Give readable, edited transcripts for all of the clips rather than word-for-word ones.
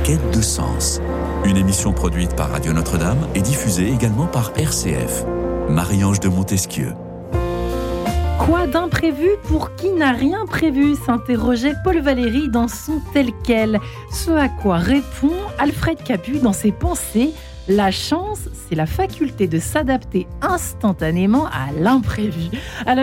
quête de sens. Une émission produite par Radio Notre-Dame et diffusée également par RCF. Marie-Ange de Montesquieu. Quoi d'imprévu pour qui n'a rien prévu, s'interrogeait Paul Valéry dans son Tel quel. Ce à quoi répond Alfred Capu dans ses pensées. La chance, c'est la faculté de s'adapter instantanément à l'imprévu. À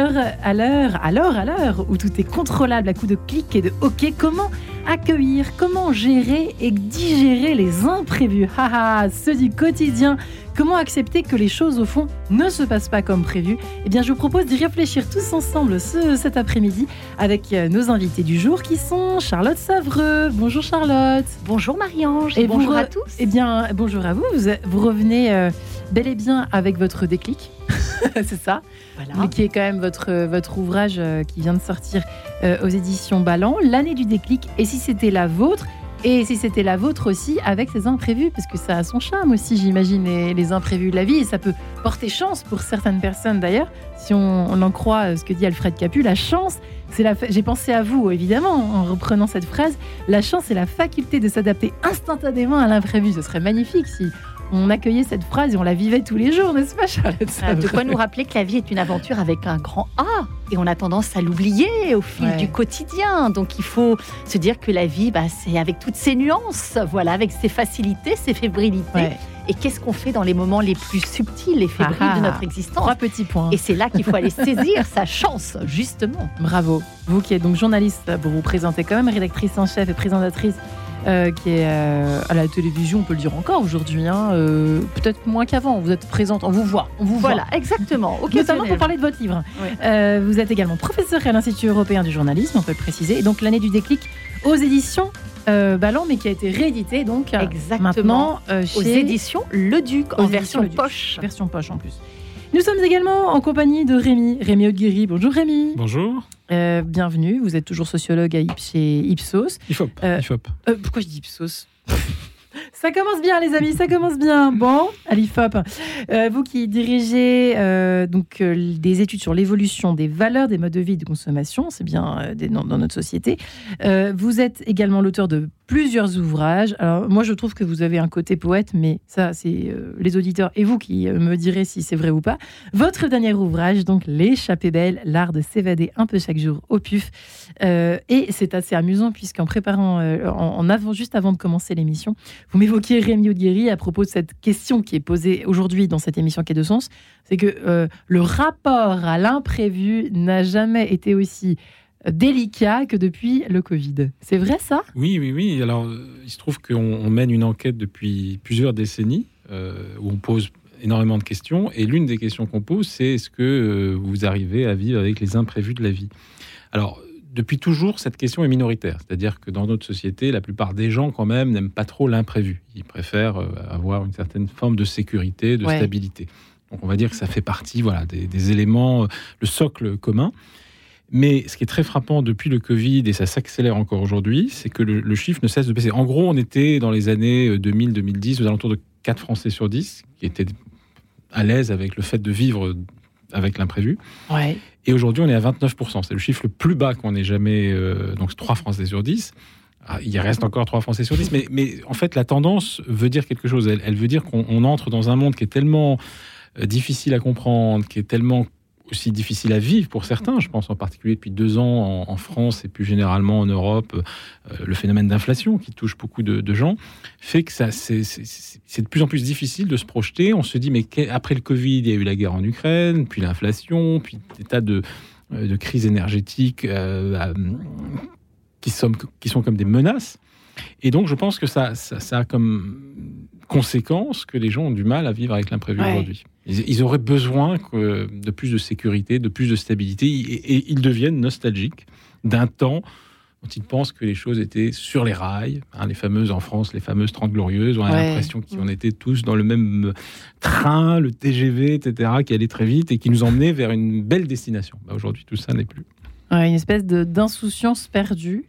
l'heure où tout est contrôlable à coups de clic et de OK, comment accueillir, comment gérer et digérer les imprévus, ceux du quotidien? Comment accepter que les choses, au fond, ne se passent pas comme prévu? Eh bien, je vous propose d'y réfléchir tous ensemble cet après-midi avec nos invités du jour qui sont Charlotte Savreux. Bonjour Charlotte. Bonjour Marie-Ange. Et bonjour à tous. Eh bien, bonjour à vous. Vous revenez bel et bien avec votre déclic. C'est ça. Voilà. Qui est quand même votre ouvrage qui vient de sortir aux éditions Ballant, L'année du déclic. Et si c'était la vôtre? Et si c'était la vôtre aussi, avec ces imprévus, parce que ça a son charme aussi, j'imagine, les imprévus de la vie, et ça peut porter chance pour certaines personnes d'ailleurs, si on en croit ce que dit Alfred Capu. La chance, j'ai pensé à vous évidemment en reprenant cette phrase, la chance c'est la faculté de s'adapter instantanément à l'imprévu. Ce serait magnifique si on accueillait cette phrase et on la vivait tous les jours, n'est-ce pas Charlotte? De quoi nous rappeler que la vie est une aventure avec un grand A, et on a tendance à l'oublier au fil du quotidien. Donc il faut se dire que la vie, c'est avec toutes ses nuances, voilà, avec ses facilités, ses fébrilités. Ouais. Et qu'est-ce qu'on fait dans les moments les plus subtils et fébriles de notre existence? 3 petits points. Et c'est là qu'il faut aller saisir sa chance, justement. Bravo. Vous qui êtes donc journaliste, vous vous présentez quand même rédactrice en chef et présentatrice qui est à la télévision, on peut le dire encore aujourd'hui, peut-être moins qu'avant. Vous êtes présente, on vous voit. Voilà, exactement. Notamment pour parler de votre livre. Ouais. Vous êtes également professeur à l'Institut européen du journalisme, on peut le préciser. Et donc l'année du déclic aux éditions Ballant, mais qui a été réédité donc maintenant aux éditions Le Duc, en version poche. Version poche en plus. Nous sommes également en compagnie de Rémi Aude-Guéry. Bonjour Rémi. Bonjour. Bienvenue, vous êtes toujours sociologue chez Ipsos. IFOP. Pourquoi je dis Ipsos? Ça commence bien les amis, ça commence bien. Bon, à l'IFOP, vous qui dirigez des études sur l'évolution des valeurs, des modes de vie et de consommation, c'est bien dans notre société. Vous êtes également l'auteur de plusieurs ouvrages. Alors moi je trouve que vous avez un côté poète, mais ça c'est les auditeurs et vous qui me direz si c'est vrai ou pas. Votre dernier ouvrage, donc L'échappée belle, l'art de s'évader un peu chaque jour au PUF. Et c'est assez amusant puisqu'en préparant, juste avant de commencer l'émission, vous m'évoquiez Rémi Aude-Guéry à propos de cette question qui est posée aujourd'hui dans cette émission Quai de Sens. C'est que le rapport à l'imprévu n'a jamais été aussi délicat que depuis le Covid. C'est vrai ça ? Oui. Alors, il se trouve qu'on mène une enquête depuis plusieurs décennies où on pose énormément de questions. Et l'une des questions qu'on pose, c'est est-ce que vous arrivez à vivre avec les imprévus de la vie ? Alors, depuis toujours, cette question est minoritaire. C'est-à-dire que dans notre société, la plupart des gens, quand même, n'aiment pas trop l'imprévu. Ils préfèrent avoir une certaine forme de sécurité, de stabilité. Donc, on va dire que ça fait partie des éléments, le socle commun. Mais ce qui est très frappant depuis le Covid, et ça s'accélère encore aujourd'hui, c'est que le chiffre ne cesse de baisser. En gros, on était dans les années 2000-2010, aux alentours de 4 Français sur 10 qui étaient à l'aise avec le fait de vivre avec l'imprévu. Ouais. Et aujourd'hui, on est à 29%. C'est le chiffre le plus bas qu'on ait jamais... donc 3 Français sur 10. Il reste encore 3 Français sur 10. Mais en fait, la tendance veut dire quelque chose. Elle veut dire qu'on entre dans un monde qui est tellement difficile à comprendre, qui est tellement aussi difficile à vivre pour certains. Je pense en particulier depuis 2 ans en France et plus généralement en Europe, le phénomène d'inflation qui touche beaucoup de gens fait que c'est de plus en plus difficile de se projeter. On se dit, mais après le Covid, il y a eu la guerre en Ukraine, puis l'inflation, puis des tas de crises énergétiques qui sont comme des menaces. Et donc, je pense que ça a comme conséquence que les gens ont du mal à vivre avec l'imprévu aujourd'hui. Ils auraient besoin de plus de sécurité, de plus de stabilité, et ils deviennent nostalgiques d'un temps dont ils pensent que les choses étaient sur les rails. Les fameuses, en France, les fameuses 30 glorieuses, on a l'impression qu'on était tous dans le même train, le TGV, etc., qui allait très vite et qui nous emmenait vers une belle destination. Aujourd'hui, tout ça n'est plus. Une espèce d'insouciance perdue.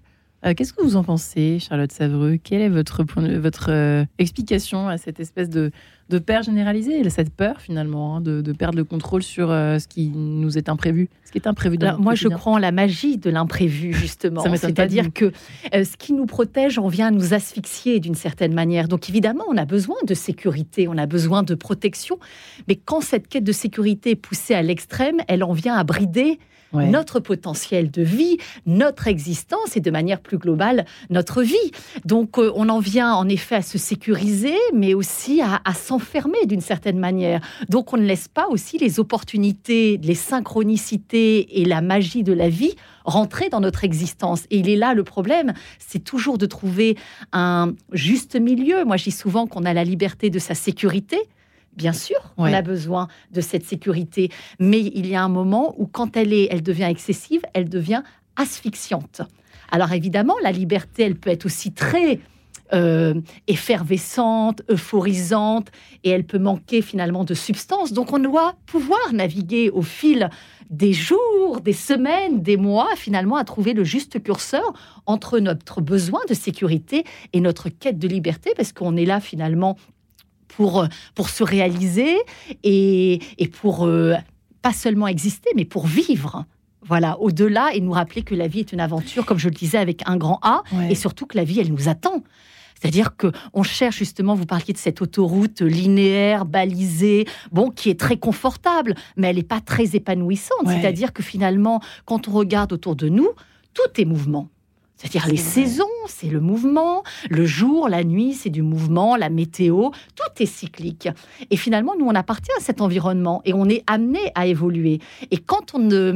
Qu'est-ce que vous en pensez, Charlotte Savreux? Quelle est votre explication à cette espèce de peur généralisée, cette peur finalement de perdre le contrôle sur ce qui nous est imprévu, ce qui est imprévu dans notre moi, je quotidien? crois en la magie de l'imprévu, justement. Ça m'étonne pas de C'est-à-dire vous. que ce qui nous protège, on vient nous asphyxier d'une certaine manière. Donc évidemment, on a besoin de sécurité, on a besoin de protection. Mais quand cette quête de sécurité est poussée à l'extrême, elle en vient à brider Ouais. notre potentiel de vie, notre existence et de manière plus globale, notre vie. Donc on en vient en effet à se sécuriser, mais aussi à s'enfermer d'une certaine manière. Donc on ne laisse pas aussi les opportunités, les synchronicités et la magie de la vie rentrer dans notre existence. Et il est là le problème, c'est toujours de trouver un juste milieu. Moi je dis souvent qu'on a la liberté de sa sécurité. Bien sûr, Ouais. on a besoin de cette sécurité, mais il y a un moment où quand elle devient excessive, elle devient asphyxiante. Alors évidemment, la liberté, elle peut être aussi très effervescente, euphorisante, et elle peut manquer finalement de substance. Donc on doit pouvoir naviguer au fil des jours, des semaines, des mois, finalement, à trouver le juste curseur entre notre besoin de sécurité et notre quête de liberté, parce qu'on est là finalement pour se réaliser et pour pas seulement exister, mais pour vivre. Voilà, au-delà, et nous rappeler que la vie est une aventure, comme je le disais, avec un grand A, Ouais. et surtout que la vie, elle nous attend. C'est-à-dire qu'on cherche justement, vous parliez de cette autoroute linéaire, balisée, qui est très confortable, mais elle n'est pas très épanouissante. Ouais. C'est-à-dire que finalement, quand on regarde autour de nous, tout est mouvement. C'est-à-dire les saisons, c'est le mouvement, le jour, la nuit, c'est du mouvement, la météo, tout est cyclique. Et finalement, nous, on appartient à cet environnement et on est amené à évoluer. Et quand on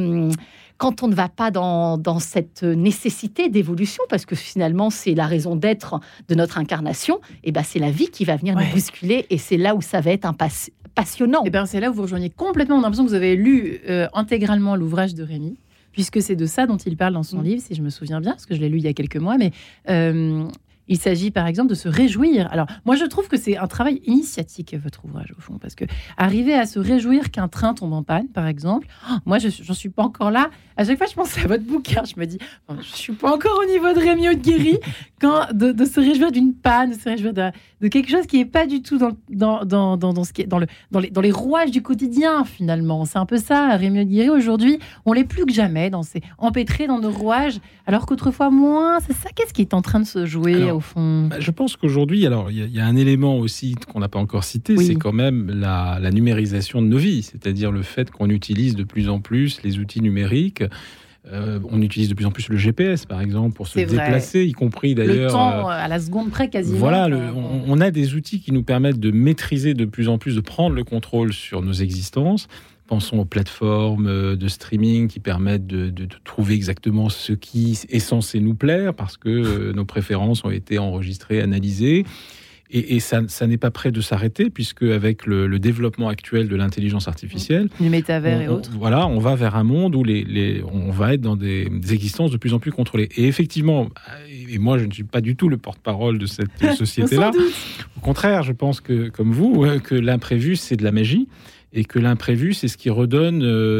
ne va pas dans cette nécessité d'évolution, parce que finalement, c'est la raison d'être de notre incarnation, et c'est la vie qui va venir nous bousculer et c'est là où ça va être passionnant. Et c'est là où vous rejoignez complètement. On a l'impression que vous avez lu intégralement l'ouvrage de Rémi, puisque c'est de ça dont il parle dans son livre, si je me souviens bien, parce que je l'ai lu il y a quelques mois, mais il s'agit par exemple de se réjouir. Alors, moi je trouve que c'est un travail initiatique, votre ouvrage, au fond, parce que arriver à se réjouir qu'un train tombe en panne, par exemple, moi j'en suis pas encore là. À chaque fois, je pense à votre bouquin, je me dis, je suis pas encore au niveau de Rémi Aude-Guéry, de se réjouir d'une panne, de se réjouir de quelque chose qui est pas du tout dans ce qui est dans les rouages du quotidien, finalement. C'est un peu ça, Rémi Aude-Guéry, aujourd'hui, on l'est plus que jamais, empêtré dans nos rouages, alors qu'autrefois moins. C'est ça, qu'est-ce qui est en train de se jouer, au fond? Je pense qu'aujourd'hui, il y a un élément aussi qu'on n'a pas encore cité, c'est quand même la numérisation de nos vies, c'est-à-dire le fait qu'on utilise de plus en plus les outils numériques. On utilise de plus en plus le GPS, par exemple, pour se déplacer, y compris d'ailleurs... Le temps à la seconde près, quasiment. Voilà, on a des outils qui nous permettent de maîtriser de plus en plus, de prendre le contrôle sur nos existences. Pensons aux plateformes de streaming qui permettent de trouver exactement ce qui est censé nous plaire, parce que nos préférences ont été enregistrées, analysées. Et ça n'est pas prêt de s'arrêter, puisque avec le développement actuel de l'intelligence artificielle, du métavers et autres, on va vers un monde où on va être dans des existences de plus en plus contrôlées. Et effectivement, et moi je ne suis pas du tout le porte-parole de cette société-là. Au contraire, je pense que, comme vous, que l'imprévu c'est de la magie, et que l'imprévu c'est ce qui redonne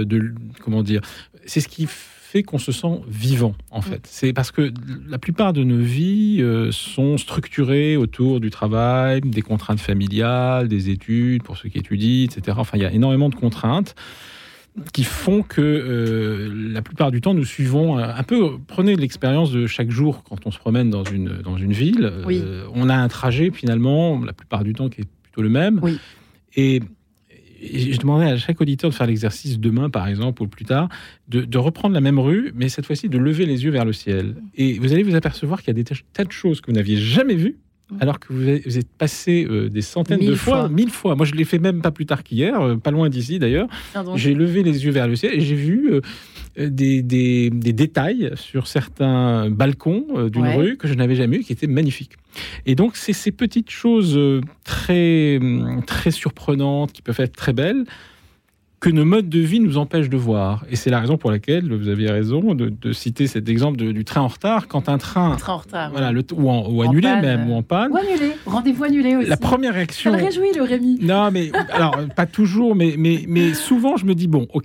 c'est ce qui fait qu'on se sent vivant, en fait. C'est parce que la plupart de nos vies sont structurées autour du travail, des contraintes familiales, des études, pour ceux qui étudient, etc. Enfin, il y a énormément de contraintes qui font que la plupart du temps, nous suivons un peu... Prenez l'expérience de chaque jour quand on se promène dans une ville. On a un trajet, finalement, la plupart du temps, qui est plutôt le même. Oui. Et je demandais à chaque auditeur de faire l'exercice demain, par exemple, ou plus tard, de reprendre la même rue, mais cette fois-ci de lever les yeux vers le ciel. Et vous allez vous apercevoir qu'il y a des tas de choses que vous n'aviez jamais vues, alors que vous êtes passé des centaines de fois, 1000 fois. Moi, je l'ai fait même pas plus tard qu'hier, pas loin d'ici d'ailleurs. J'ai levé les yeux vers le ciel et j'ai vu des détails sur certains balcons d'une rue que je n'avais jamais eu, qui étaient magnifiques. Et donc, c'est ces petites choses très, très surprenantes, qui peuvent être très belles, que nos modes de vie nous empêchent de voir. Et c'est la raison pour laquelle, vous aviez raison de citer cet exemple du train en retard. Quand un train... en retard. Voilà, ou annulé panne, même, ou en panne. Ou annulé. Rendez-vous annulé aussi. La première réaction... Ça le réjouit, le Rémi. Non, mais alors, pas toujours, mais souvent, je me dis, bon, ok,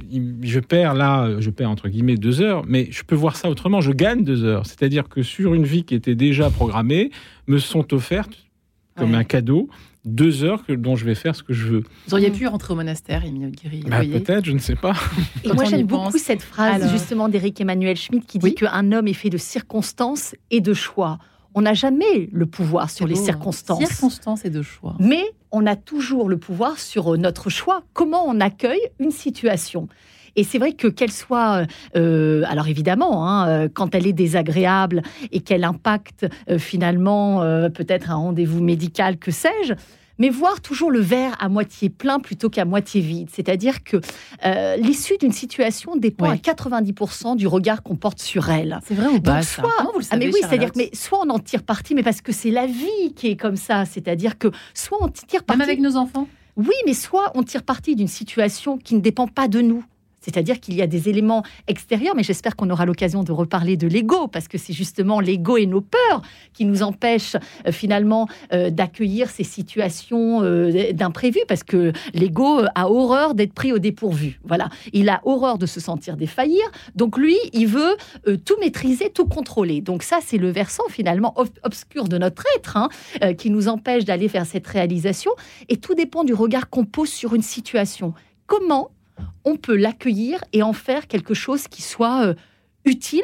je perds entre guillemets 2 heures, mais je peux voir ça autrement. Je gagne 2 heures. C'est-à-dire que sur une vie qui était déjà programmée, me sont offertes comme un cadeau 2 heures dont je vais faire ce que je veux. Vous auriez pu rentrer au monastère, Émile Guéry. Peut-être, je ne sais pas. Et moi, j'aime beaucoup cette phrase justement d'Éric Emmanuel Schmitt qui dit qu'un homme est fait de circonstances et de choix. On n'a jamais le pouvoir sur les circonstances. Circonstances et de choix. Mais on a toujours le pouvoir sur notre choix. Comment on accueille une situation ? Et c'est vrai que qu'elle soit, alors évidemment, quand elle est désagréable et qu'elle impacte finalement peut-être un rendez-vous médical, que sais-je, mais voir toujours le verre à moitié plein plutôt qu'à moitié vide. C'est-à-dire que l'issue d'une situation dépend à 90% du regard qu'on porte sur elle. C'est vrai ou pas? Donc, comment vous le savez, c'est-à-dire que soit on en tire parti, mais parce que c'est la vie qui est comme ça. C'est-à-dire que soit on tire parti... Même avec nos enfants? Oui, mais soit on tire parti d'une situation qui ne dépend pas de nous. C'est-à-dire qu'il y a des éléments extérieurs, mais j'espère qu'on aura l'occasion de reparler de l'ego, parce que c'est justement l'ego et nos peurs qui nous empêchent finalement d'accueillir ces situations d'imprévu, parce que l'ego a horreur d'être pris au dépourvu. Voilà, il a horreur de se sentir défaillir, donc lui, il veut tout maîtriser, tout contrôler. Donc ça, c'est le versant finalement obscur de notre être, qui nous empêche d'aller vers cette réalisation, et tout dépend du regard qu'on pose sur une situation. Comment on peut l'accueillir et en faire quelque chose qui soit utile.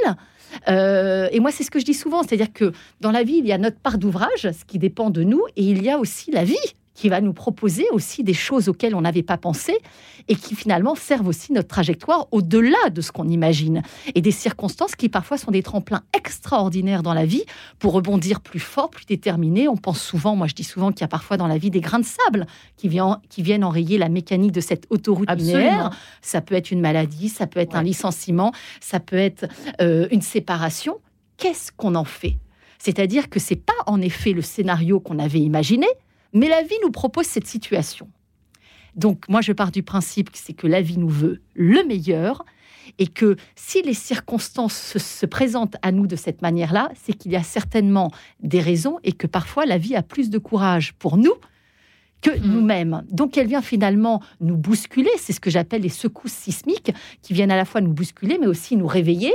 Et moi, c'est ce que je dis souvent, c'est-à-dire que dans la vie, il y a notre part d'ouvrage, ce qui dépend de nous, et il y a aussi la vie qui va nous proposer aussi des choses auxquelles on n'avait pas pensé et qui finalement servent aussi notre trajectoire au-delà de ce qu'on imagine. Et des circonstances qui parfois sont des tremplins extraordinaires dans la vie pour rebondir plus fort, plus déterminé. On pense souvent, moi je dis souvent qu'il y a parfois dans la vie des grains de sable qui viennent enrayer la mécanique de cette autoroute linéaire. Ça peut être une maladie, ça peut être un licenciement, ça peut être une séparation. Qu'est-ce qu'on en fait ? C'est-à-dire que c'est pas en effet le scénario qu'on avait imaginé, mais la vie nous propose cette situation. Donc, moi, je pars du principe que c'est que la vie nous veut le meilleur et que si les circonstances se présentent à nous de cette manière-là, c'est qu'il y a certainement des raisons et que parfois la vie a plus de courage pour nous que nous-mêmes. Donc, elle vient finalement nous bousculer. C'est ce que j'appelle les secousses sismiques qui viennent à la fois nous bousculer, mais aussi nous réveiller,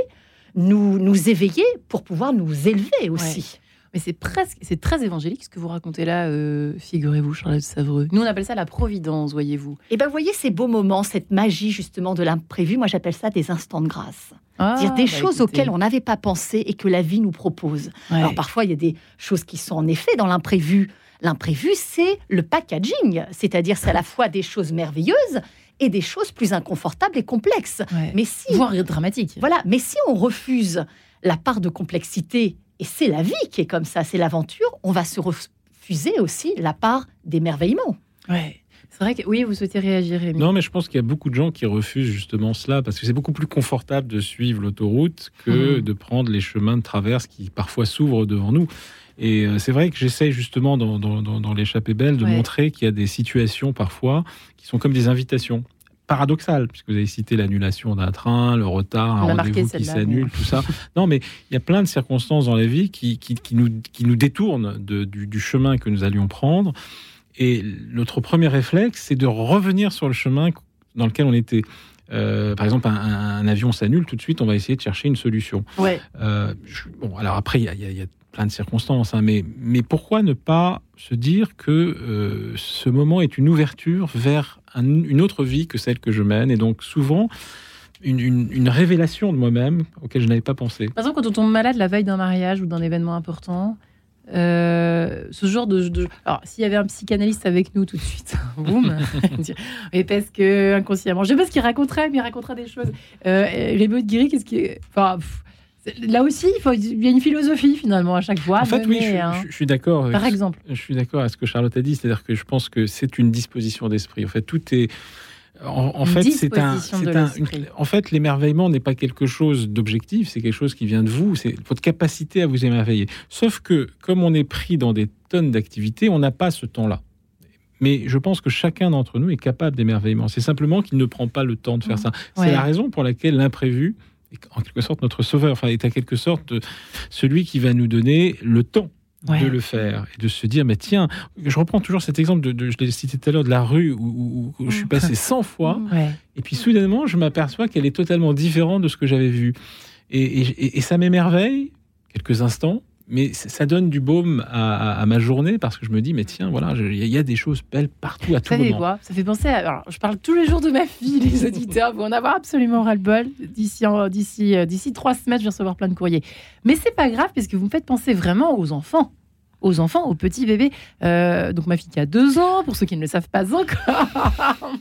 nous éveiller pour pouvoir nous élever aussi. Ouais. Mais c'est très évangélique ce que vous racontez là, figurez-vous, Charlotte Savreux. Nous, on appelle ça la providence, voyez-vous. Et bien, voyez ces beaux moments, cette magie justement de l'imprévu, moi j'appelle ça des instants de grâce. C'est-à-dire des choses auxquelles on n'avait pas pensé et que la vie nous propose. Ouais. Alors parfois, il y a des choses qui sont en effet dans l'imprévu. L'imprévu, c'est le packaging, c'est-à-dire c'est à la fois des choses merveilleuses et des choses plus inconfortables et complexes. Ouais. Mais si, voire dramatiques. Voilà, mais si on refuse la part de complexité, et c'est la vie qui est comme ça, c'est l'aventure, on va se refuser aussi la part d'émerveillement. Ouais. C'est vrai que oui, vous souhaitez réagir, Rémi. Non, mais je pense qu'il y a beaucoup de gens qui refusent justement cela, parce que c'est beaucoup plus confortable de suivre l'autoroute que de prendre les chemins de traverse qui parfois s'ouvrent devant nous. Et c'est vrai que j'essaye justement dans l'échappée belle de montrer qu'il y a des situations parfois qui sont comme des invitations. Paradoxal, puisque vous avez cité l'annulation d'un train, le retard, un rendez-vous qui s'annule, tout ça. Non, mais il y a plein de circonstances dans la vie qui nous détournent du chemin que nous allions prendre. Et notre premier réflexe, c'est de revenir sur le chemin dans lequel on était. Par exemple, un avion s'annule, tout de suite, on va essayer de chercher une solution. Ouais. Bon, alors après, il y a plein de circonstances, mais pourquoi ne pas se dire que ce moment est une ouverture vers une autre vie que celle que je mène, et donc souvent une révélation de moi-même auquel je n'avais pas pensé. Par exemple, quand on tombe malade la veille d'un mariage ou d'un événement important, ce genre de... Alors, s'il y avait un psychanalyste avec nous tout de suite, boum, mais parce que inconsciemment, je sais pas ce qu'il raconterait, mais il raconterait des choses. Rémi Guéry, qu'est-ce qui est... Enfin, là aussi, il y a une philosophie finalement à chaque fois. En fait, oui, je suis d'accord. Par exemple, je suis d'accord avec ce que Charlotte a dit, c'est-à-dire que je pense que c'est une disposition d'esprit. En fait, tout est. En fait, l'émerveillement n'est pas quelque chose d'objectif, c'est quelque chose qui vient de vous, c'est votre capacité à vous émerveiller. Sauf que, comme on est pris dans des tonnes d'activités, on n'a pas ce temps-là. Mais je pense que chacun d'entre nous est capable d'émerveillement. C'est simplement qu'il ne prend pas le temps de faire ça. C'est la raison pour laquelle l'imprévu est en quelque sorte notre sauveur, est en quelque sorte celui qui va nous donner le temps de le faire et de se dire, mais tiens, je reprends toujours cet exemple je l'ai cité tout à l'heure, de la rue où je suis passé 100 fois, et puis soudainement, je m'aperçois qu'elle est totalement différente de ce que j'avais vu. Et ça m'émerveille quelques instants, mais ça donne du baume à ma journée, parce que je me dis, mais tiens, voilà, il y a des choses belles partout, à tout moment. Quoi ça fait penser à... Alors, je parle tous les jours de ma fille, les auditeurs vont en avoir absolument ras-le-bol. D'ici 3 semaines, je vais recevoir plein de courriers. Mais c'est pas grave, parce que vous me faites penser vraiment aux enfants, aux petits bébés. Donc ma fille qui a 2 ans, pour ceux qui ne le savent pas encore.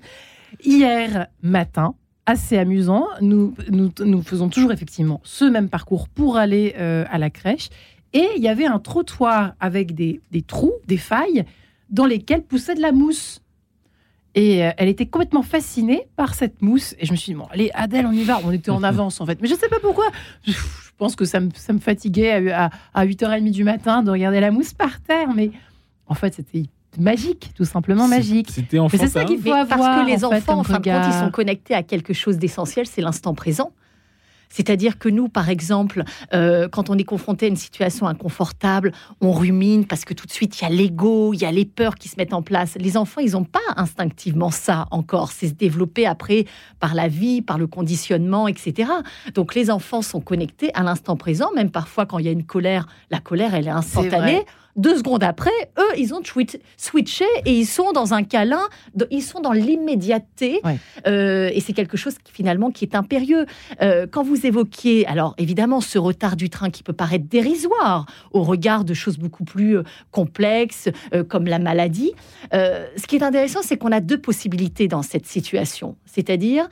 Hier matin, assez amusant, nous faisons toujours effectivement ce même parcours pour aller à la crèche. Et il y avait un trottoir avec des trous, des failles, dans lesquelles poussait de la mousse. Et elle était complètement fascinée par cette mousse. Et je me suis dit, bon, allez, Adèle, on y va. On était en avance, en fait. Mais je ne sais pas pourquoi. Je pense que ça me fatiguait à 8h30 du matin de regarder la mousse par terre. Mais en fait, c'était magique, tout simplement magique. C'était enfantin. Mais c'est ça qu'il faut avoir. Parce que les enfants, en en fin de compte, ils sont connectés à quelque chose d'essentiel, c'est l'instant présent. C'est-à-dire que nous, par exemple, quand on est confronté à une situation inconfortable, on rumine parce que tout de suite, il y a l'ego, il y a les peurs qui se mettent en place. Les enfants, ils n'ont pas instinctivement ça encore. C'est se développer après par la vie, par le conditionnement, etc. Donc, les enfants sont connectés à l'instant présent. Même parfois, quand il y a une colère, la colère, elle est instantanée. 2 secondes après, eux, ils ont switché et ils sont dans un câlin, ils sont dans l'immédiateté. Et c'est quelque chose qui est impérieux. Quand vous évoquiez, alors évidemment, ce retard du train qui peut paraître dérisoire au regard de choses beaucoup plus complexes, comme la maladie, ce qui est intéressant, c'est qu'on a 2 possibilités dans cette situation. C'est-à-dire...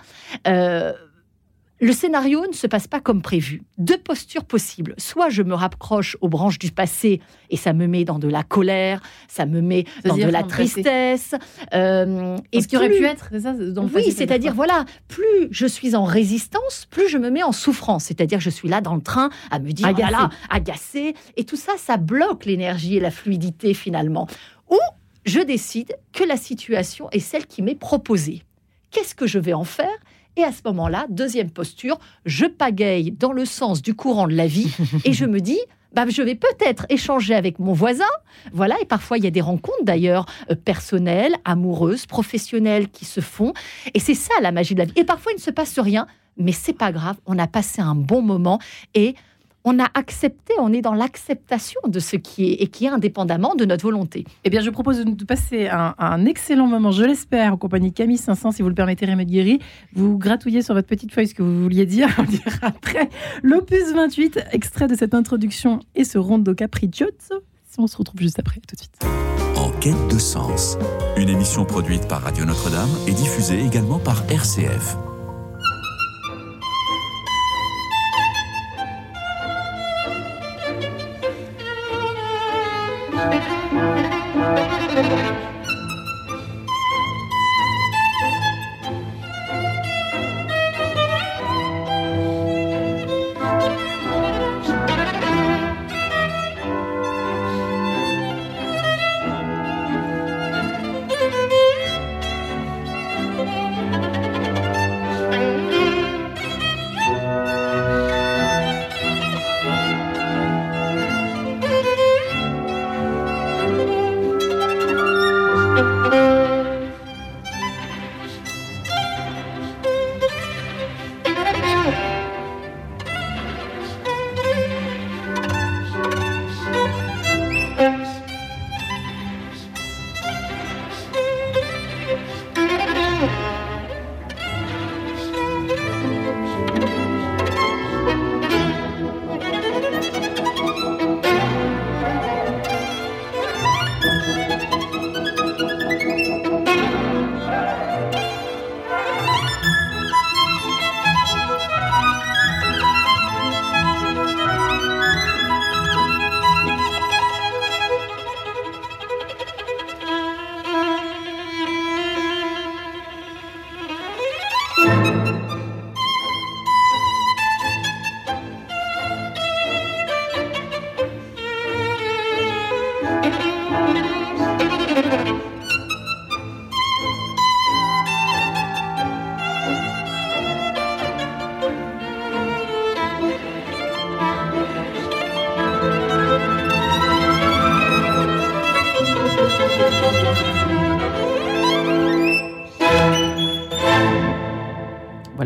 le scénario ne se passe pas comme prévu. 2 postures possibles. Soit je me rapproche aux branches du passé et ça me met dans de la colère, ça me met dans de la tristesse. Et ce qui aurait pu être, c'est ça dans le oui, c'est-à-dire, voilà, plus je suis en résistance, plus je me mets en souffrance. C'est-à-dire, je suis là dans le train à me dire, agacée. Et tout ça, ça bloque l'énergie et la fluidité finalement. Ou je décide que la situation est celle qui m'est proposée. Qu'est-ce que je vais en faire ? Et à ce moment-là, 2e posture, je pagaille dans le sens du courant de la vie et je me dis, je vais peut-être échanger avec mon voisin. Voilà, et parfois, il y a des rencontres d'ailleurs personnelles, amoureuses, professionnelles qui se font. Et c'est ça la magie de la vie. Et parfois, il ne se passe rien, mais c'est pas grave. On a passé un bon moment et on a accepté, on est dans l'acceptation de ce qui est et qui est indépendamment de notre volonté. Eh bien, je propose de passer un excellent moment, je l'espère, en compagnie de Camille Saint-Saëns, si vous le permettez, Rémi Guéry. Vous gratouillez sur votre petite feuille ce que vous vouliez dire. On dira après l'opus 28, extrait de cette introduction et ce rondo capriccioso. On se retrouve juste après, tout de suite. En quête de sens, une émission produite par Radio Notre-Dame et diffusée également par RCF.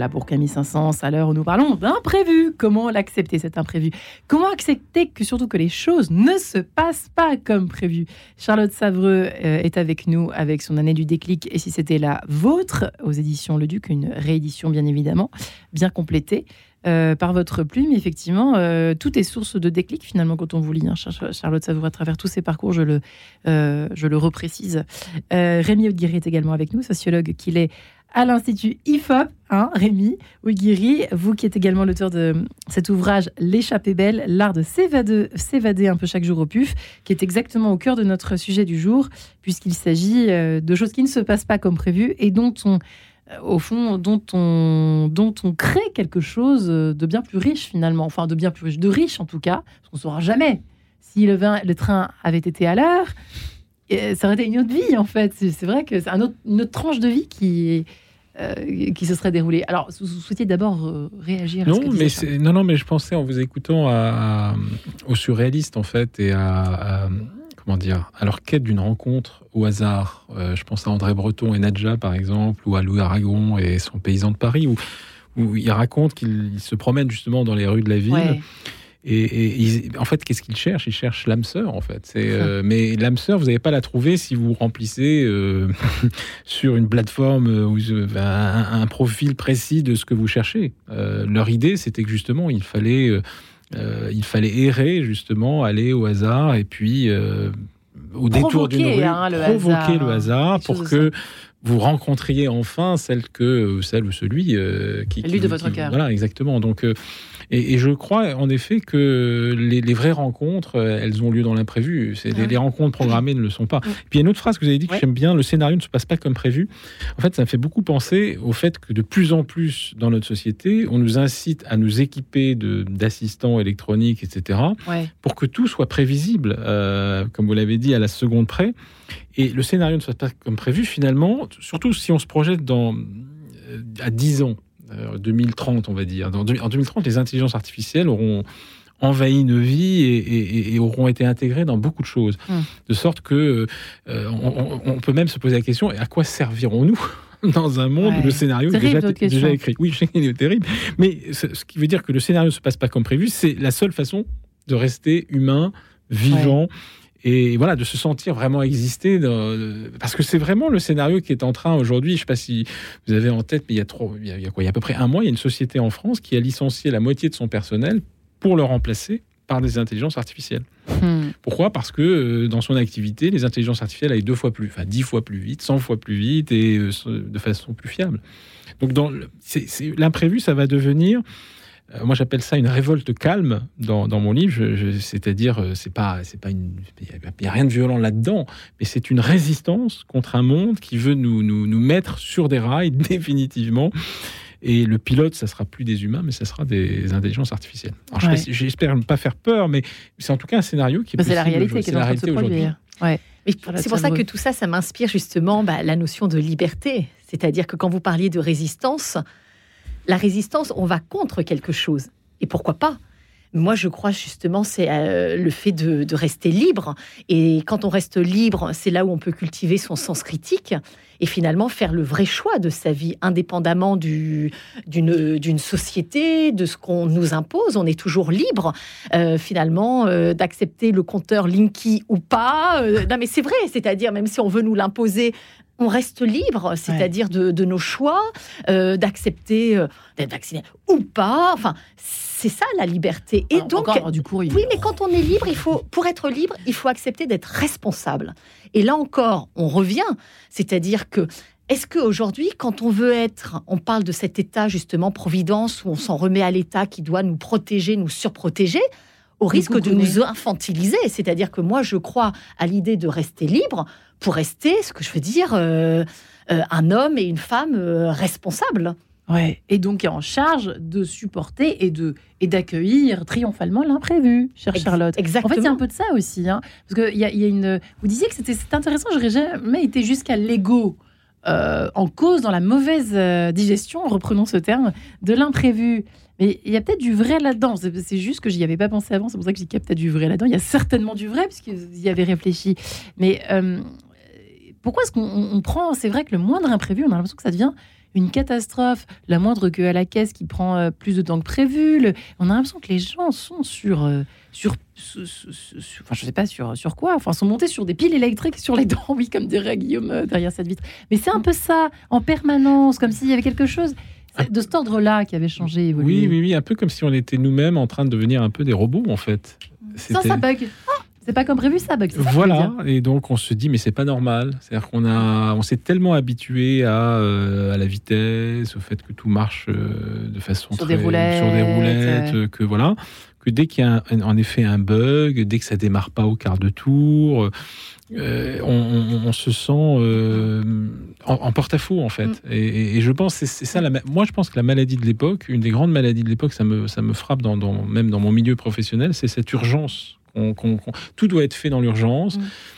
Voilà, pour Camille Saint-Saëns, à l'heure où nous parlons d'imprévu. Comment l'accepter, cet imprévu? Comment accepter que les choses ne se passent pas comme prévu? Charlotte Savreux est avec nous avec son année du déclic. Et si c'était la vôtre, aux éditions Le Duc, une réédition bien évidemment, bien complétée. Par votre plume, effectivement, tout est source de déclic finalement quand on vous lit, hein, Charlotte Savreux, à travers tous ses parcours, je le reprécise. Rémi Aude-Guéry est également avec nous, sociologue qu'il est à l'Institut IFOP, hein, Rémi Aude-Guéry, vous qui êtes également l'auteur de cet ouvrage L'échappée belle, l'art de s'évader un peu chaque jour au PUF, qui est exactement au cœur de notre sujet du jour, puisqu'il s'agit de choses qui ne se passent pas comme prévu et dont on crée quelque chose de bien plus riche finalement, enfin de bien plus riche, de riche en tout cas, parce qu'on ne saura jamais si le train avait été à l'heure, ça aurait été une autre vie en fait. C'est vrai que c'est une autre tranche de vie qui se serait déroulée. Alors, vous souhaitiez d'abord réagir à ce que disait Charlotte. Non, mais je pensais en vous écoutant aux surréalistes en fait et à leur quête d'une rencontre au hasard. Je pense à André Breton et Nadja, par exemple, ou à Louis Aragon et son Paysan de Paris, où il raconte qu'il se promène justement dans les rues de la ville. Ouais. Et en fait, qu'est-ce qu'il cherche? Il cherche l'âme sœur, en fait. Mais l'âme sœur, vous n'allez pas la trouver si vous remplissez sur une plateforme un profil précis de ce que vous cherchez. Leur idée, c'était que justement, il fallait errer, justement, aller au hasard et puis au détour d'une rue, provoquer le hasard pour que vous rencontriez enfin celle ou celui qui de votre cœur. Voilà, exactement. Donc, et je crois en effet que les vraies rencontres, elles ont lieu dans l'imprévu. Les rencontres programmées ne le sont pas. Puis il y a une autre phrase que vous avez dit que j'aime bien, le scénario ne se passe pas comme prévu. En fait, ça me fait beaucoup penser au fait que de plus en plus dans notre société, on nous incite à nous équiper d'assistants électroniques, etc., pour que tout soit prévisible, comme vous l'avez dit, à la seconde près. Et le scénario ne se passe pas comme prévu, finalement, surtout si on se projette à 10 ans, 2030, on va dire. En 2030, les intelligences artificielles auront envahi nos vies et auront été intégrées dans beaucoup de choses. De sorte que on peut même se poser la question, à quoi servirons-nous dans un monde où le scénario est déjà écrit? Oui, je sais qu'il est terrible, mais ce qui veut dire que le scénario ne se passe pas comme prévu, c'est la seule façon de rester humain, vivant, et voilà, de se sentir vraiment exister, parce que c'est vraiment le scénario qui est en train aujourd'hui. Je ne sais pas si vous avez en tête, mais il y a à peu près un mois, il y a une société en France qui a licencié la moitié de son personnel pour le remplacer par des intelligences artificielles. Pourquoi? Parce que dans son activité, les intelligences artificielles allaient 10 fois plus vite, 100 fois plus vite et de façon plus fiable. Donc l'imprévu, ça va devenir... Moi, j'appelle ça une révolte calme dans mon livre. C'est-à-dire, il n'y a rien de violent là-dedans, mais c'est une résistance contre un monde qui veut nous mettre sur des rails définitivement. Et le pilote, ça sera plus des humains, mais ça sera des intelligences artificielles. Alors, j'espère ne pas faire peur, mais c'est en tout cas un scénario qui est possible. C'est la réalité qui est en train de se produire. Mais c'est pour ça que tout ça m'inspire justement la notion de liberté. C'est-à-dire que quand vous parliez de résistance, la résistance, on va contre quelque chose. Et pourquoi pas? Moi, je crois justement, c'est le fait de rester libre. Et quand on reste libre, c'est là où on peut cultiver son sens critique et finalement faire le vrai choix de sa vie, indépendamment d'une société, de ce qu'on nous impose. On est toujours libre, finalement, d'accepter le compteur Linky ou pas. Non, mais c'est vrai, c'est-à-dire, même si on veut nous l'imposer, on reste libre, c'est-à-dire de nos choix, d'accepter d'être vacciné ou pas. Enfin, c'est ça la liberté. Et donc, oui, mais quand on est libre, pour être libre, il faut accepter d'être responsable. Et là encore, on revient, c'est-à-dire que est-ce qu'aujourd'hui, quand on parle de cet état justement providence où on s'en remet à l'état qui doit nous protéger, nous surprotéger, au risque de nous infantiliser. C'est-à-dire que moi, je crois à l'idée de rester libre pour rester, ce que je veux dire, un homme et une femme responsables. Ouais. Et donc, en charge de supporter et d'accueillir triomphalement l'imprévu, chère Charlotte. Exactement. En fait, c'est un peu de ça aussi. Hein, parce que y a une... Vous disiez que c'était intéressant, je n'aurais jamais été jusqu'à l'ego en cause dans la mauvaise digestion, reprenons ce terme, de l'imprévu. Mais il y a peut-être du vrai là-dedans. C'est juste que j'y avais pas pensé avant. C'est pour ça que j'ai dit qu'il y a peut-être du vrai là-dedans. Il y a certainement du vrai, puisqu'il y avait réfléchi. Mais pourquoi est-ce qu'on prend... C'est vrai que le moindre imprévu, on a l'impression que ça devient une catastrophe, la moindre queue à la caisse qui prend plus de temps que prévu. On a l'impression que les gens sont enfin, je sais pas sur quoi, enfin, sont montés sur des piles électriques sur les dents, oui, comme dirait Guillaume derrière cette vitre. Mais c'est un peu ça, en permanence, comme s'il y avait quelque chose de cet ordre-là qui avait changé, évolué. Oui, un peu comme si on était nous-mêmes en train de devenir un peu des robots, en fait. Ça bug. C'est pas comme prévu, ça bug. Voilà, et donc on se dit, mais c'est pas normal. C'est-à-dire on s'est tellement habitué à la vitesse, au fait que tout marche de façon sur des roulettes, que voilà, que dès qu'il y a en effet un bug, dès que ça démarre pas au quart de tour, on se sent en porte-à-faux, en fait. Et je pense c'est ça. Moi, je pense que la maladie de l'époque, une des grandes maladies de l'époque, ça me frappe même dans mon milieu professionnel, c'est cette urgence. Tout doit être fait dans l'urgence.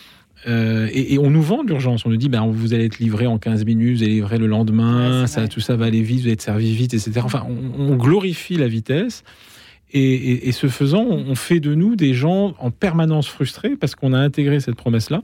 Et on nous vend l'urgence. On nous dit, vous allez être livré en 15 minutes, vous allez livrer le lendemain, tout ça va aller vite, vous allez être servi vite, etc. Enfin, on glorifie la vitesse. Et ce faisant, on fait de nous des gens en permanence frustrés parce qu'on a intégré cette promesse-là.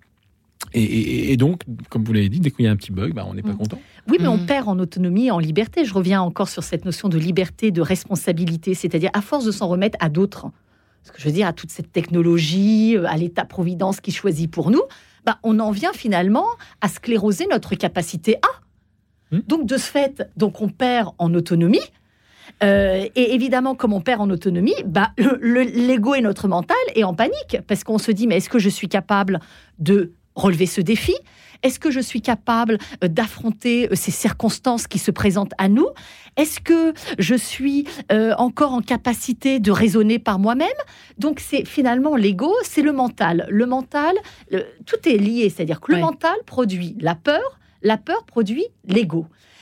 Et donc, comme vous l'avez dit, dès qu'il y a un petit bug, on n'est pas content. Oui, mais on perd en autonomie et en liberté. Je reviens encore sur cette notion de liberté, de responsabilité. C'est-à-dire, à force de s'en remettre à d'autres, ce que je veux dire, à toute cette technologie, à l'État-providence qui choisit pour nous, on en vient finalement à scléroser notre capacité à. Donc, de ce fait, on perd en autonomie. Et évidemment, comme on perd en autonomie, l'ego et notre mental est en panique parce qu'on se dit, mais est-ce que je suis capable de relever ce défi ? Est-ce que je suis capable d'affronter ces circonstances qui se présentent à nous ? Est-ce que je suis encore en capacité de raisonner par moi-même ? Donc, c'est finalement l'ego, c'est le mental. Le mental, tout est lié, c'est-à-dire que le mental produit la peur produit l'ego.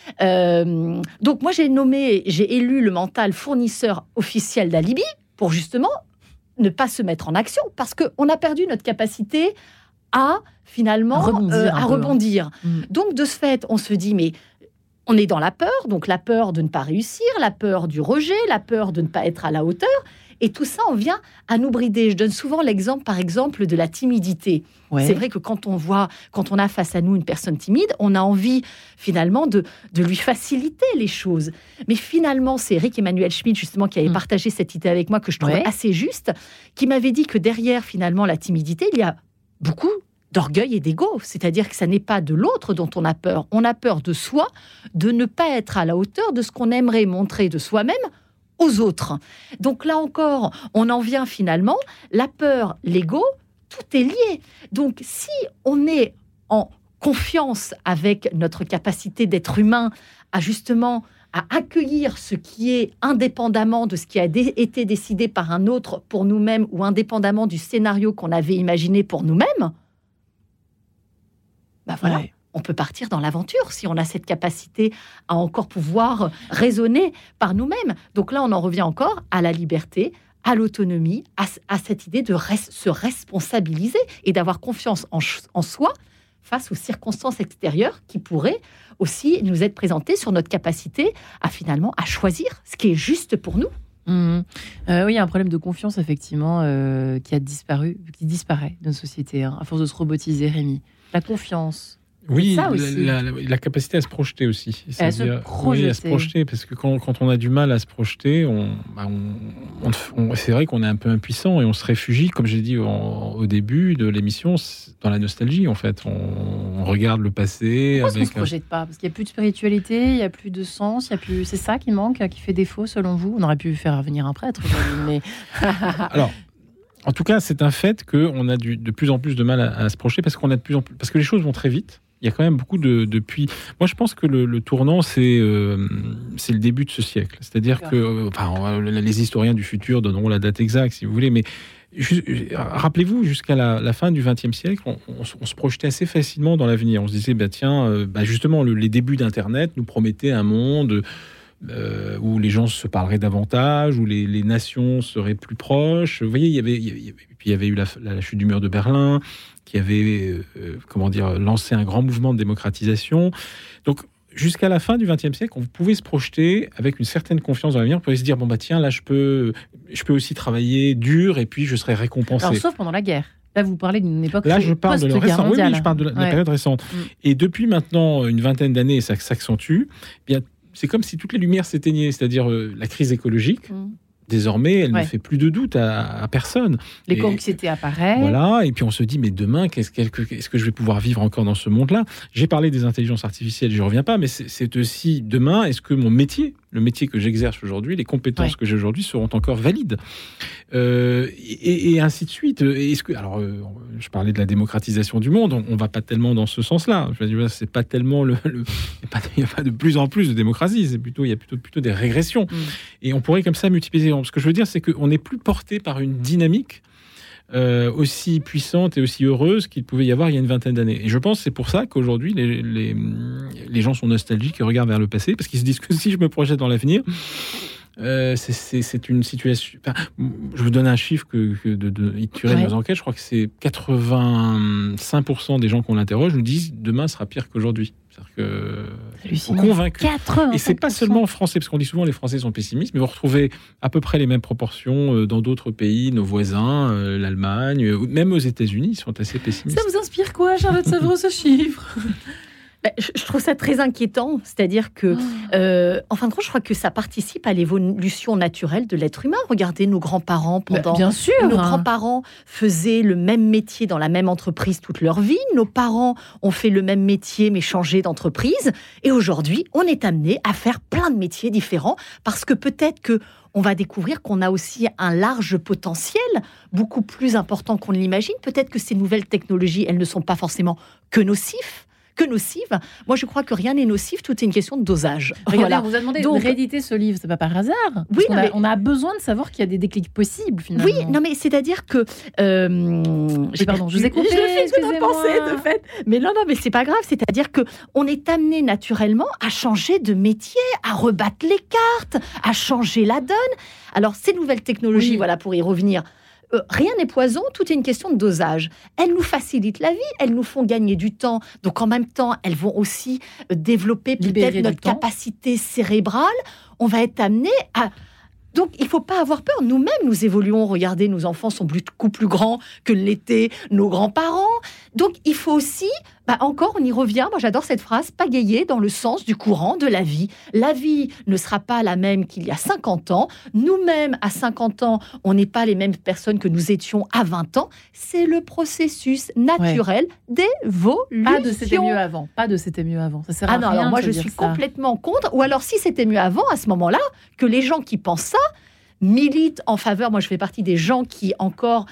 Donc, moi, j'ai élu le mental fournisseur officiel d'alibi pour justement ne pas se mettre en action parce qu'on a perdu notre capacité à finalement rebondir. Donc, de ce fait, on se dit, mais on est dans la peur, donc la peur de ne pas réussir, la peur du rejet, la peur de ne pas être à la hauteur. Et tout ça, on vient à nous brider. Je donne souvent l'exemple, par exemple, de la timidité. Ouais. C'est vrai que quand on a face à nous une personne timide, on a envie finalement de lui faciliter les choses. Mais finalement, c'est Eric Emmanuel Schmitt, justement, qui avait partagé cette idée avec moi, que je trouvais assez juste, qui m'avait dit que derrière, finalement, la timidité, il y a beaucoup d'orgueil et d'ego. C'est-à-dire que ça n'est pas de l'autre dont on a peur. On a peur de soi, de ne pas être à la hauteur de ce qu'on aimerait montrer de soi-même aux autres. Donc là encore, on en vient finalement, la peur, l'ego, tout est lié. Donc si on est en confiance avec notre capacité d'être humain à justement à accueillir ce qui est indépendamment de ce qui a été décidé par un autre pour nous-mêmes ou indépendamment du scénario qu'on avait imaginé pour nous-mêmes, voilà. Ouais. On peut partir dans l'aventure si on a cette capacité à encore pouvoir raisonner par nous-mêmes. Donc là, on en revient encore à la liberté, à l'autonomie, à cette idée de se responsabiliser et d'avoir confiance en soi face aux circonstances extérieures qui pourraient aussi nous être présentées sur notre capacité à finalement à choisir ce qui est juste pour nous. Oui, il y a un problème de confiance, effectivement, qui disparaît de notre société, à force de se robotiser, Rémi. La confiance. Oui, la capacité à se projeter aussi. À se projeter, parce que quand on a du mal à se projeter, c'est vrai qu'on est un peu impuissant et on se réfugie, comme j'ai dit au début de l'émission, dans la nostalgie, en fait. On regarde le passé. Pourquoi on ne se projette pas ? Parce qu'il n'y a plus de spiritualité, il n'y a plus de sens, c'est ça qui manque, qui fait défaut, selon vous ? On aurait pu faire venir un prêtre, mais... Alors... En tout cas, c'est un fait qu'on a de plus en plus de mal à se projeter parce que les choses vont très vite. Il y a quand même beaucoup depuis. Moi, je pense que le tournant, c'est le début de ce siècle. C'est-à-dire que, les historiens du futur donneront la date exacte, si vous voulez, mais rappelez-vous, jusqu'à la fin du XXe siècle, on se projetait assez facilement dans l'avenir. On se disait, justement, les débuts d'Internet nous promettaient un monde où les gens se parleraient davantage, où les nations seraient plus proches. Vous voyez, il y avait eu la chute du mur de Berlin, qui avait lancé un grand mouvement de démocratisation. Donc, jusqu'à la fin du XXe siècle, on pouvait se projeter avec une certaine confiance dans l'avenir. On pouvait se dire, là, je peux aussi travailler dur et puis je serai récompensé. Alors, sauf pendant la guerre. Là, vous parlez d'une époque Là, je parle de post-guerre récent. mondiale. Oui, je parle de la période récente. Et depuis maintenant une vingtaine d'années, ça s'accentue. Bien, c'est comme si toutes les lumières s'éteignaient, c'est-à-dire la crise écologique. Désormais, elle ne fait plus de doute à personne. L'éco-anxiété apparaît. Voilà, et puis on se dit, mais demain, est-ce que je vais pouvoir vivre encore dans ce monde-là ? J'ai parlé des intelligences artificielles, je ne reviens pas, mais c'est aussi demain, est-ce que mon métier, le métier que j'exerce aujourd'hui, les compétences que j'ai aujourd'hui seront encore valides ? Et ainsi de suite. Je parlais de la démocratisation du monde, on ne va pas tellement dans ce sens-là. Je veux dire, c'est pas tellement il n'y a pas de plus en plus de démocratie, il y a plutôt des régressions. Et on pourrait comme ça multiplier. Ce que je veux dire, c'est qu'on n'est plus porté par une dynamique aussi puissante et aussi heureuse qu'il pouvait y avoir il y a une vingtaine d'années. Et je pense que c'est pour ça qu'aujourd'hui, les gens sont nostalgiques et regardent vers le passé, parce qu'ils se disent que si je me projette dans l'avenir, c'est une situation... Enfin, je vous donne un chiffre que Iturel nos enquêtes, je crois que c'est 85% des gens qu'on interroge nous disent demain sera pire qu'aujourd'hui. C'est-à-dire que convaincus. Et c'est pas seulement français, parce qu'on dit souvent les Français sont pessimistes, mais vous retrouvez à peu près les mêmes proportions dans d'autres pays, nos voisins, l'Allemagne, même aux États-Unis, ils sont assez pessimistes. Ça vous inspire quoi, Charlotte Savreau, ce chiffre ? Je trouve ça très inquiétant, c'est-à-dire que, en fin de compte, je crois que ça participe à l'évolution naturelle de l'être humain. Regardez nos grands-parents bien sûr, nos grands-parents faisaient le même métier dans la même entreprise toute leur vie. Nos parents ont fait le même métier mais changé d'entreprise. Et aujourd'hui, on est amené à faire plein de métiers différents parce que peut-être que on va découvrir qu'on a aussi un large potentiel, beaucoup plus important qu'on ne l'imagine. Peut-être que ces nouvelles technologies, elles ne sont pas forcément que nocives. Moi, je crois que rien n'est nocif, tout est une question de dosage. Regardez, on vous a demandé de rééditer ce livre, c'est pas par hasard. Oui, on a besoin de savoir qu'il y a des déclics possibles, finalement. Oui, non, mais c'est-à-dire que... Pardon, je vous ai coupé, de fait. Mais non, mais c'est pas grave, c'est-à-dire qu'on est amené naturellement à changer de métier, à rebattre les cartes, à changer la donne. Alors, ces nouvelles technologies, voilà, pour y revenir... rien n'est poison, tout est une question de dosage. Elles nous facilitent la vie, elles nous font gagner du temps. Donc en même temps, elles vont aussi développer peut-être notre capacité cérébrale. On va être amené à... Donc, il ne faut pas avoir peur. Nous-mêmes, nous évoluons. Regardez, nos enfants sont beaucoup plus grands que l'étaient nos grands-parents. Donc, il faut aussi... encore, on y revient. Moi, j'adore cette phrase, pagayer dans le sens du courant de la vie. La vie ne sera pas la même qu'il y a 50 ans. Nous-mêmes, à 50 ans, on n'est pas les mêmes personnes que nous étions à 20 ans. C'est le processus naturel d'évolution. Pas de c'était mieux avant. Ça sert à rien. Alors moi, je suis complètement contre. Ou alors, si c'était mieux avant, à ce moment-là, que les gens qui pensent ça militent en faveur. Moi, je fais partie des gens qui encore,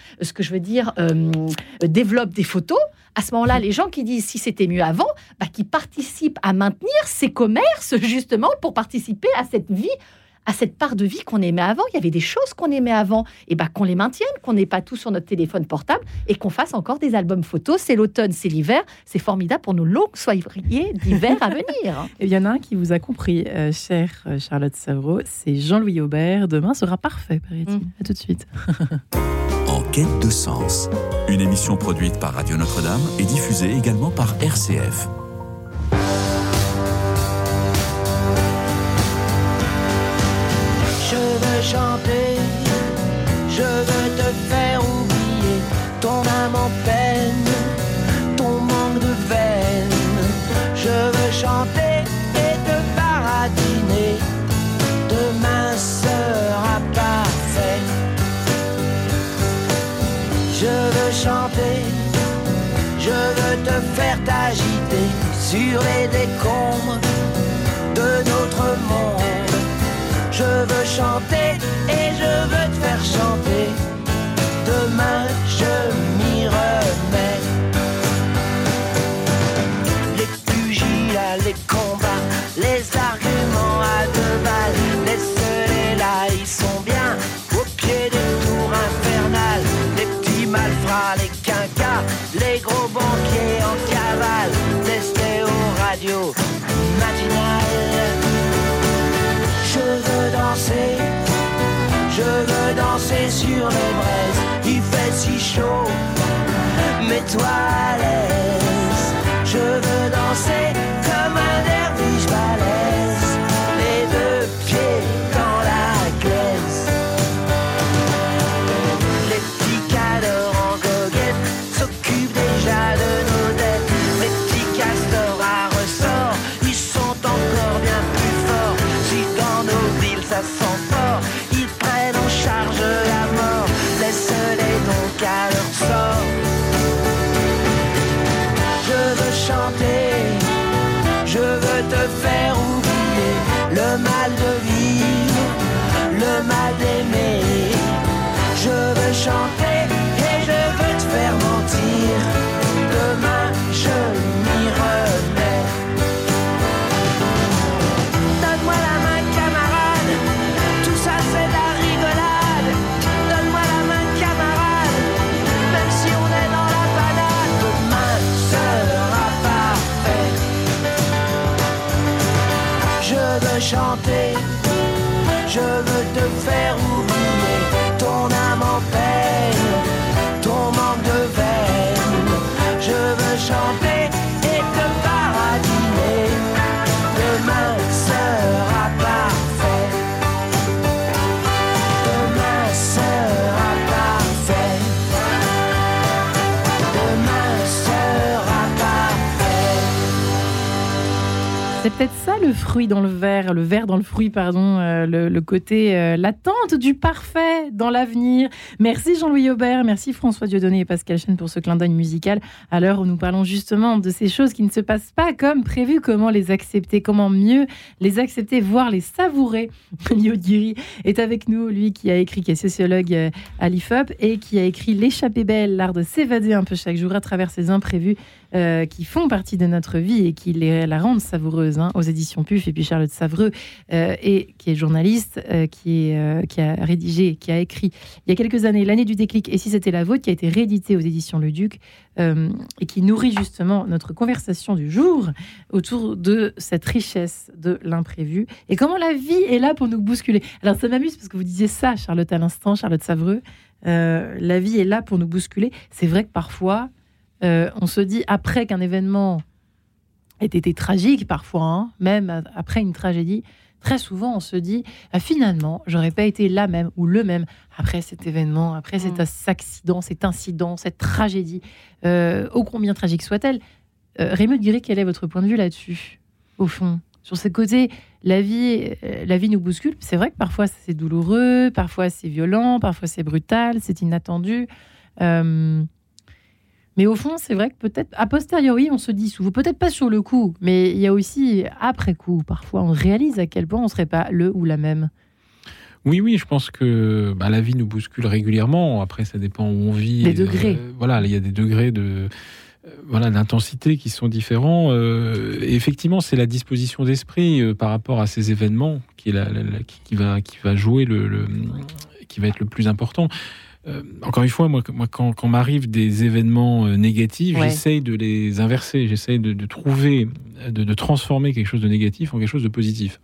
développent des photos. À ce moment-là, les gens qui disent si c'était mieux avant, qui participent à maintenir ces commerces justement pour participer à cette vie, à cette part de vie qu'on aimait avant. Il y avait des choses qu'on aimait avant, et qu'on les maintienne, qu'on n'ait pas tout sur notre téléphone portable et qu'on fasse encore des albums photos. C'est l'automne, c'est l'hiver, c'est formidable pour nos longues soirées d'hiver à venir. Et il y en a un qui vous a compris, chère Charlotte Savreau, c'est Jean-Louis Aubert. Demain sera parfait, paraît-il. À tout de suite. En quête de sens, une émission produite par Radio Notre-Dame et diffusée également par RCF. Je veux chanter, je veux te faire oublier ton âme en peine, ton manque de veine. Je veux chanter et te baratiner, demain sera parfait. Je veux chanter, je veux te faire t'agiter sur les décombres de notre monde. Je veux chanter et je veux te faire chanter. Demain je m'y remets. Les pugilats, les combats, les arguments à deux balles. Laisse-les là, ils sont bien au pied des tours infernales. Les petits malfrats, les quinquas, les gros banquiers en cavale. Laisse-les aux radios matinales. Je veux danser sur les braises. Il fait si chaud, mets-toi à l'aise. Je veux danser comme un derviche balèze, les deux pieds dans la glaise. Les petits cadors en goguette chanter, je veux te faire oublier ton âme en peine, ton manque de veine. Je veux chanter et te paradiner, demain sera parfait, demain sera parfait, demain sera parfait. C'est peut-être ça le fruit dans le verre dans le fruit, pardon, le côté l'attente du parfait dans l'avenir. Merci Jean-Louis Aubert, merci François Dieudonné et Pascal Chen pour ce clin d'œil musical. À l'heure où nous parlons justement de ces choses qui ne se passent pas comme prévu, comment les accepter, comment mieux les accepter, voire les savourer. Lio Guiri est avec nous, lui qui est sociologue à l'IFOP et qui a écrit L'échappée belle, l'art de s'évader un peu chaque jour à travers ces imprévus qui font partie de notre vie et qui la rendent savoureuse, aux éditions PUF. Et puis Charlotte Savreux, et qui est journaliste, qui a rédigé, qui a écrit il y a quelques années L'année du déclic et si c'était la vôtre, qui a été réédité aux éditions Le Duc, et qui nourrit justement notre conversation du jour autour de cette richesse de l'imprévu et comment la vie est là pour nous bousculer. Alors ça m'amuse parce que vous disiez ça, Charlotte, à l'instant, Charlotte Savreux, la vie est là pour nous bousculer. C'est vrai que parfois on se dit, après qu'un événement ait été tragique, parfois, même après une tragédie, très souvent on se dit, finalement, j'aurais pas été là même ou le même après cet événement, après cet accident, cet incident, cette tragédie, ô combien tragique soit-elle. Rémy Guiri, quel est votre point de vue là-dessus, au fond, sur ce côté, la vie nous bouscule. C'est vrai que parfois c'est douloureux, parfois c'est violent, parfois c'est brutal, c'est inattendu. Mais au fond, c'est vrai que peut-être, a posteriori, on se dit souvent, peut-être pas sur le coup, mais il y a aussi après coup. Parfois, on réalise à quel point on ne serait pas le ou la même. Oui, je pense que la vie nous bouscule régulièrement. Après, ça dépend où on vit. Les degrés. Il y a des degrés d'intensité qui sont différents. Et effectivement, c'est la disposition d'esprit par rapport à ces événements qui va jouer qui va être le plus important. Encore une fois, moi quand m'arrivent des événements négatifs, j'essaye de les inverser, j'essaye de trouver, de transformer quelque chose de négatif en quelque chose de positif.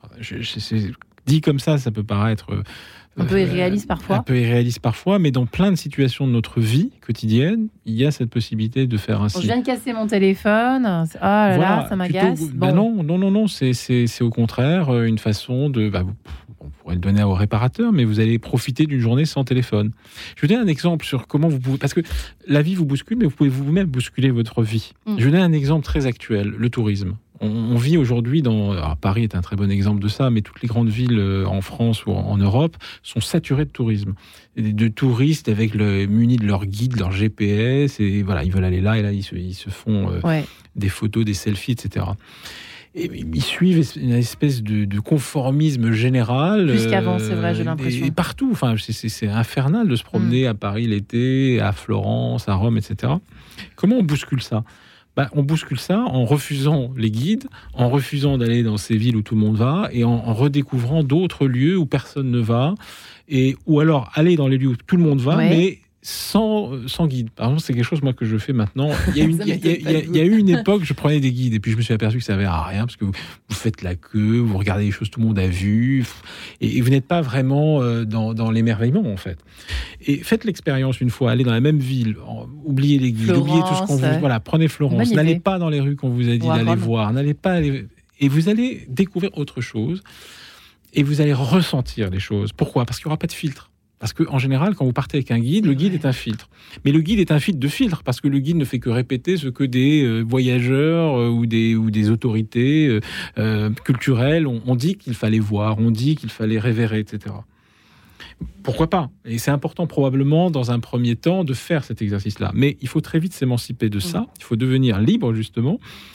Dit comme ça peut paraître un peu irréaliste parfois. Un peu irréaliste parfois, mais dans plein de situations de notre vie quotidienne, il y a cette possibilité de faire ainsi. Je viens de casser mon téléphone, là, ça m'agace. Non, c'est au contraire une façon de... on pourrait le donner au réparateur, mais vous allez profiter d'une journée sans téléphone. Je vais vous donner un exemple sur comment vous pouvez... Parce que la vie vous bouscule, mais vous pouvez vous-même bousculer votre vie. Je vais vous donner un exemple très actuel, le tourisme. On vit aujourd'hui alors Paris est un très bon exemple de ça, mais toutes les grandes villes en France ou en Europe sont saturées de tourisme. De touristes munis de leur guide, leur GPS, et voilà, ils veulent aller là, et là, ils se font des photos, des selfies, etc. Et ils suivent une espèce de conformisme général. Plus qu'avant, c'est vrai, j'ai l'impression. Et partout. Enfin, c'est infernal de se promener à Paris l'été, à Florence, à Rome, etc. Comment on bouscule ça ? On bouscule ça en refusant les guides, en refusant d'aller dans ces villes où tout le monde va, et en redécouvrant d'autres lieux où personne ne va, ou alors aller dans les lieux où tout le monde va, mais sans guide. Par exemple, c'est quelque chose moi que je fais maintenant. Il y a eu une époque, je prenais des guides et puis je me suis aperçu que ça servait à rien parce que vous faites la queue, vous regardez les choses que tout le monde a vues et vous n'êtes pas vraiment dans l'émerveillement en fait. Et faites l'expérience une fois, allez dans la même ville, oubliez les guides, oubliez tout ce qu'on vous... Voilà, prenez Florence, n'allez pas dans les rues qu'on vous a dit d'aller voir, et vous allez découvrir autre chose et vous allez ressentir les choses. Pourquoi ? Parce qu'il n'y aura pas de filtre. Parce qu'en général, quand vous partez avec un guide, le guide est un filtre. Mais le guide est un filtre de filtre, parce que le guide ne fait que répéter ce que des voyageurs ou des autorités culturelles ont dit qu'il fallait voir, ont dit qu'il fallait révérer, etc. Pourquoi pas ? Et c'est important probablement dans un premier temps de faire cet exercice-là. Mais il faut très vite s'émanciper de ça. Il faut devenir libre justement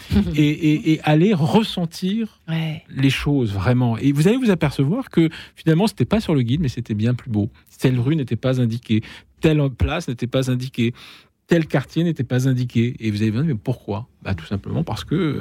et aller ressentir les choses vraiment. Et vous allez vous apercevoir que finalement c'était pas sur le guide, mais c'était bien plus beau. Telle rue n'était pas indiquée, telle place n'était pas indiquée, tel quartier n'était pas indiqué. Et vous allez vous dire mais pourquoi ? Tout simplement parce que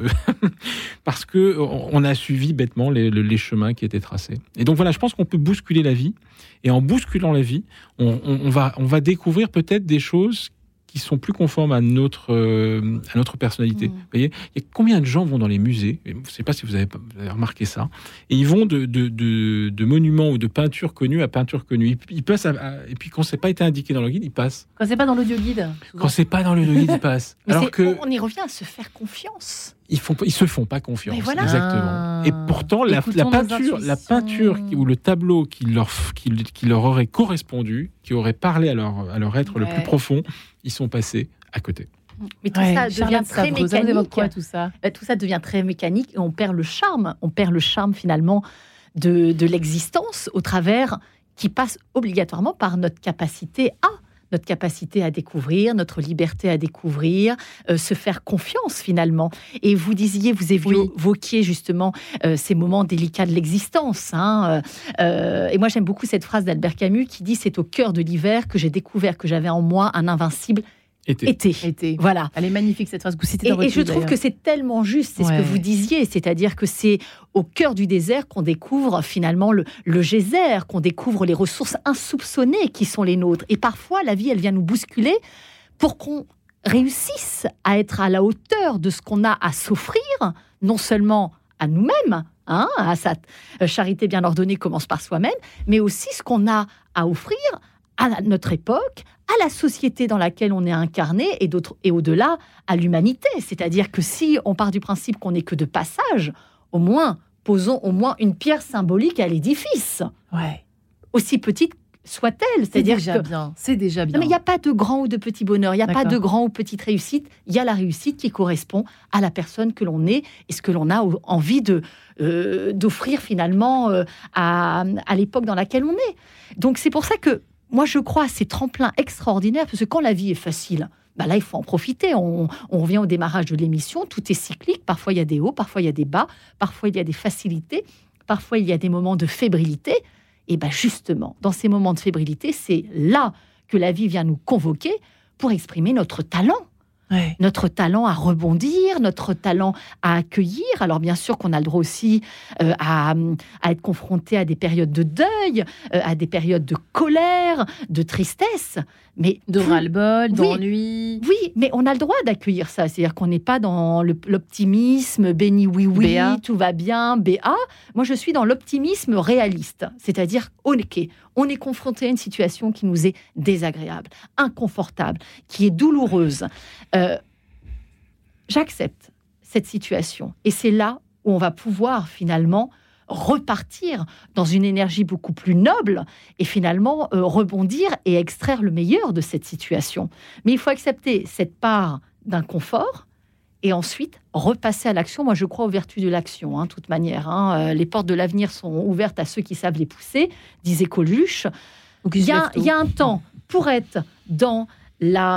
on a suivi bêtement les chemins qui étaient tracés. Et donc voilà, je pense qu'on peut bousculer la vie. Et en bousculant la vie, on va découvrir peut-être des choses qui sont plus conformes à notre personnalité. Vous voyez, il y a combien de gens vont dans les musées, je ne sais pas si vous avez remarqué ça, et ils vont de monuments ou de peintures connues à peintures connues. Ils passent et puis quand c'est pas été indiqué dans le guide, ils passent. Quand c'est pas dans l'audio guide. Quand c'est pas dans le guide, ils passent. Alors que on y revient à se faire confiance. Ils se font pas confiance. Voilà. Exactement. Et pourtant, la peinture ou le tableau qui leur aurait correspondu, qui aurait parlé à leur être le plus profond, ils sont passés à côté. Mais tout ça devient très mécanique. Quoi, tout ça devient très mécanique et on perd le charme. On perd le charme finalement de l'existence au travers qui passe obligatoirement par notre capacité à découvrir, notre liberté à découvrir, se faire confiance finalement. Et vous évoquiez justement ces moments délicats de l'existence. Et moi j'aime beaucoup cette phrase d'Albert Camus qui dit « C'est au cœur de l'hiver que j'ai découvert que j'avais en moi un invincible été. » Voilà. Elle est magnifique cette phrase que vous citez dans votre livre. Et je trouve que c'est tellement juste, c'est ce que vous disiez, c'est-à-dire que c'est au cœur du désert qu'on découvre finalement le geyser, qu'on découvre les ressources insoupçonnées qui sont les nôtres. Et parfois, la vie, elle vient nous bousculer pour qu'on réussisse à être à la hauteur de ce qu'on a à s'offrir, non seulement à nous-mêmes, à sa charité bien ordonnée commence par soi-même, mais aussi ce qu'on a à offrir à notre époque, à la société dans laquelle on est incarné et au-delà à l'humanité. C'est-à-dire que si on part du principe qu'on n'est que de passage, au moins, posons au moins une pierre symbolique à l'édifice. Ouais. Aussi petite soit-elle. C'est-à-dire c'est déjà bien. Non, mais il n'y a pas de grand ou de petit bonheur, il n'y a pas de grand ou petite réussite, il y a la réussite qui correspond à la personne que l'on est et ce que l'on a envie d'offrir finalement à l'époque dans laquelle on est. Donc c'est pour ça que moi, je crois à ces tremplins extraordinaires, parce que quand la vie est facile, là, il faut en profiter. On revient au démarrage de l'émission, tout est cyclique. Parfois, il y a des hauts, parfois, il y a des bas. Parfois, il y a des facilités. Parfois, il y a des moments de fébrilité. Et justement, dans ces moments de fébrilité, c'est là que la vie vient nous convoquer pour exprimer notre talent. Ouais. Notre talent à rebondir, notre talent à accueillir. Alors bien sûr qu'on a le droit aussi à être confronté à des périodes de deuil, à des périodes de colère, de tristesse, mais de ras-le-bol, d'ennui. Oui, mais on a le droit d'accueillir ça. C'est-à-dire qu'on n'est pas dans l'optimisme béni oui, tout va bien, BA. Moi, je suis dans l'optimisme réaliste. C'est-à-dire, ok, on est confronté à une situation qui nous est désagréable, inconfortable, qui est douloureuse. J'accepte cette situation. Et c'est là où on va pouvoir finalement repartir dans une énergie beaucoup plus noble et finalement rebondir et extraire le meilleur de cette situation. Mais il faut accepter cette part d'inconfort et ensuite repasser à l'action. Moi, je crois aux vertus de l'action, de toute manière. Les portes de l'avenir sont ouvertes à ceux qui savent les pousser, disait Coluche. Il y a un temps pour être dans la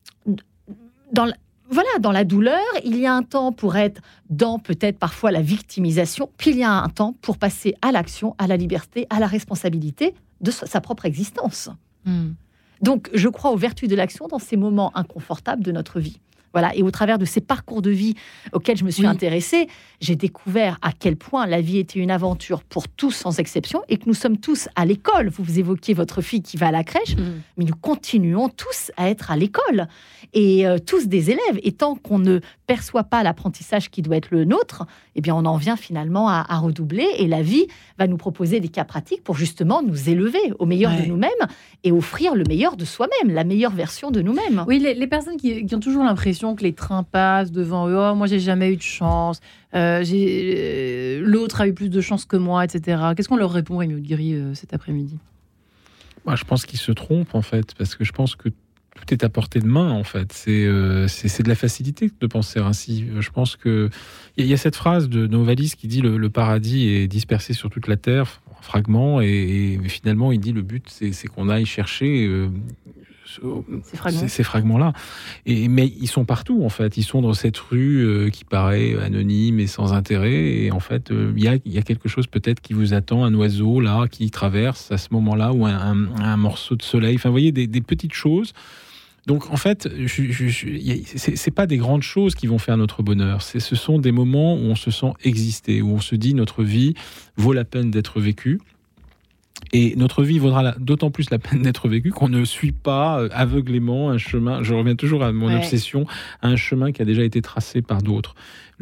douleur, il y a un temps pour être dans peut-être parfois la victimisation, puis il y a un temps pour passer à l'action, à la liberté, à la responsabilité de sa propre existence. Donc, je crois aux vertus de l'action dans ces moments inconfortables de notre vie. Voilà, et au travers de ces parcours de vie auxquels je me suis intéressée, j'ai découvert à quel point la vie était une aventure pour tous sans exception et que nous sommes tous à l'école. Vous évoquiez votre fille qui va à la crèche, mais nous continuons tous à être à l'école et tous des élèves. Et tant qu'on ne perçoit pas l'apprentissage qui doit être le nôtre, eh bien on en vient finalement à redoubler et la vie va nous proposer des cas pratiques pour justement nous élever au meilleur de nous-mêmes et offrir le meilleur de soi-même, la meilleure version de nous-mêmes. Oui, les personnes qui ont toujours l'impression que les trains passent devant eux. Oh, moi, j'ai jamais eu de chance. L'autre a eu plus de chance que moi, etc. Qu'est-ce qu'on leur répond, Rémi Aude-Guéry, cet après-midi ? Moi, je pense qu'ils se trompent, en fait, parce que je pense que tout est à portée de main, en fait. C'est de la facilité de penser ainsi. Je pense que il y a cette phrase de Novalis qui dit le paradis est dispersé sur toute la terre en fragments, et finalement, il dit le but, c'est qu'on aille chercher ces fragments-là. Mais ils sont partout, en fait. Ils sont dans cette rue qui paraît anonyme et sans intérêt. Et en fait, il y a quelque chose peut-être qui vous attend, un oiseau là qui traverse à ce moment-là, ou un morceau de soleil. Enfin, vous voyez, des petites choses. Donc, en fait, c'est pas des grandes choses qui vont faire notre bonheur. Ce sont des moments où on se sent exister, où on se dit notre vie vaut la peine d'être vécue. Et notre vie vaudra d'autant plus la peine d'être vécue qu'on ne suit pas aveuglément un chemin. Je reviens toujours à mon obsession, à un chemin qui a déjà été tracé par d'autres.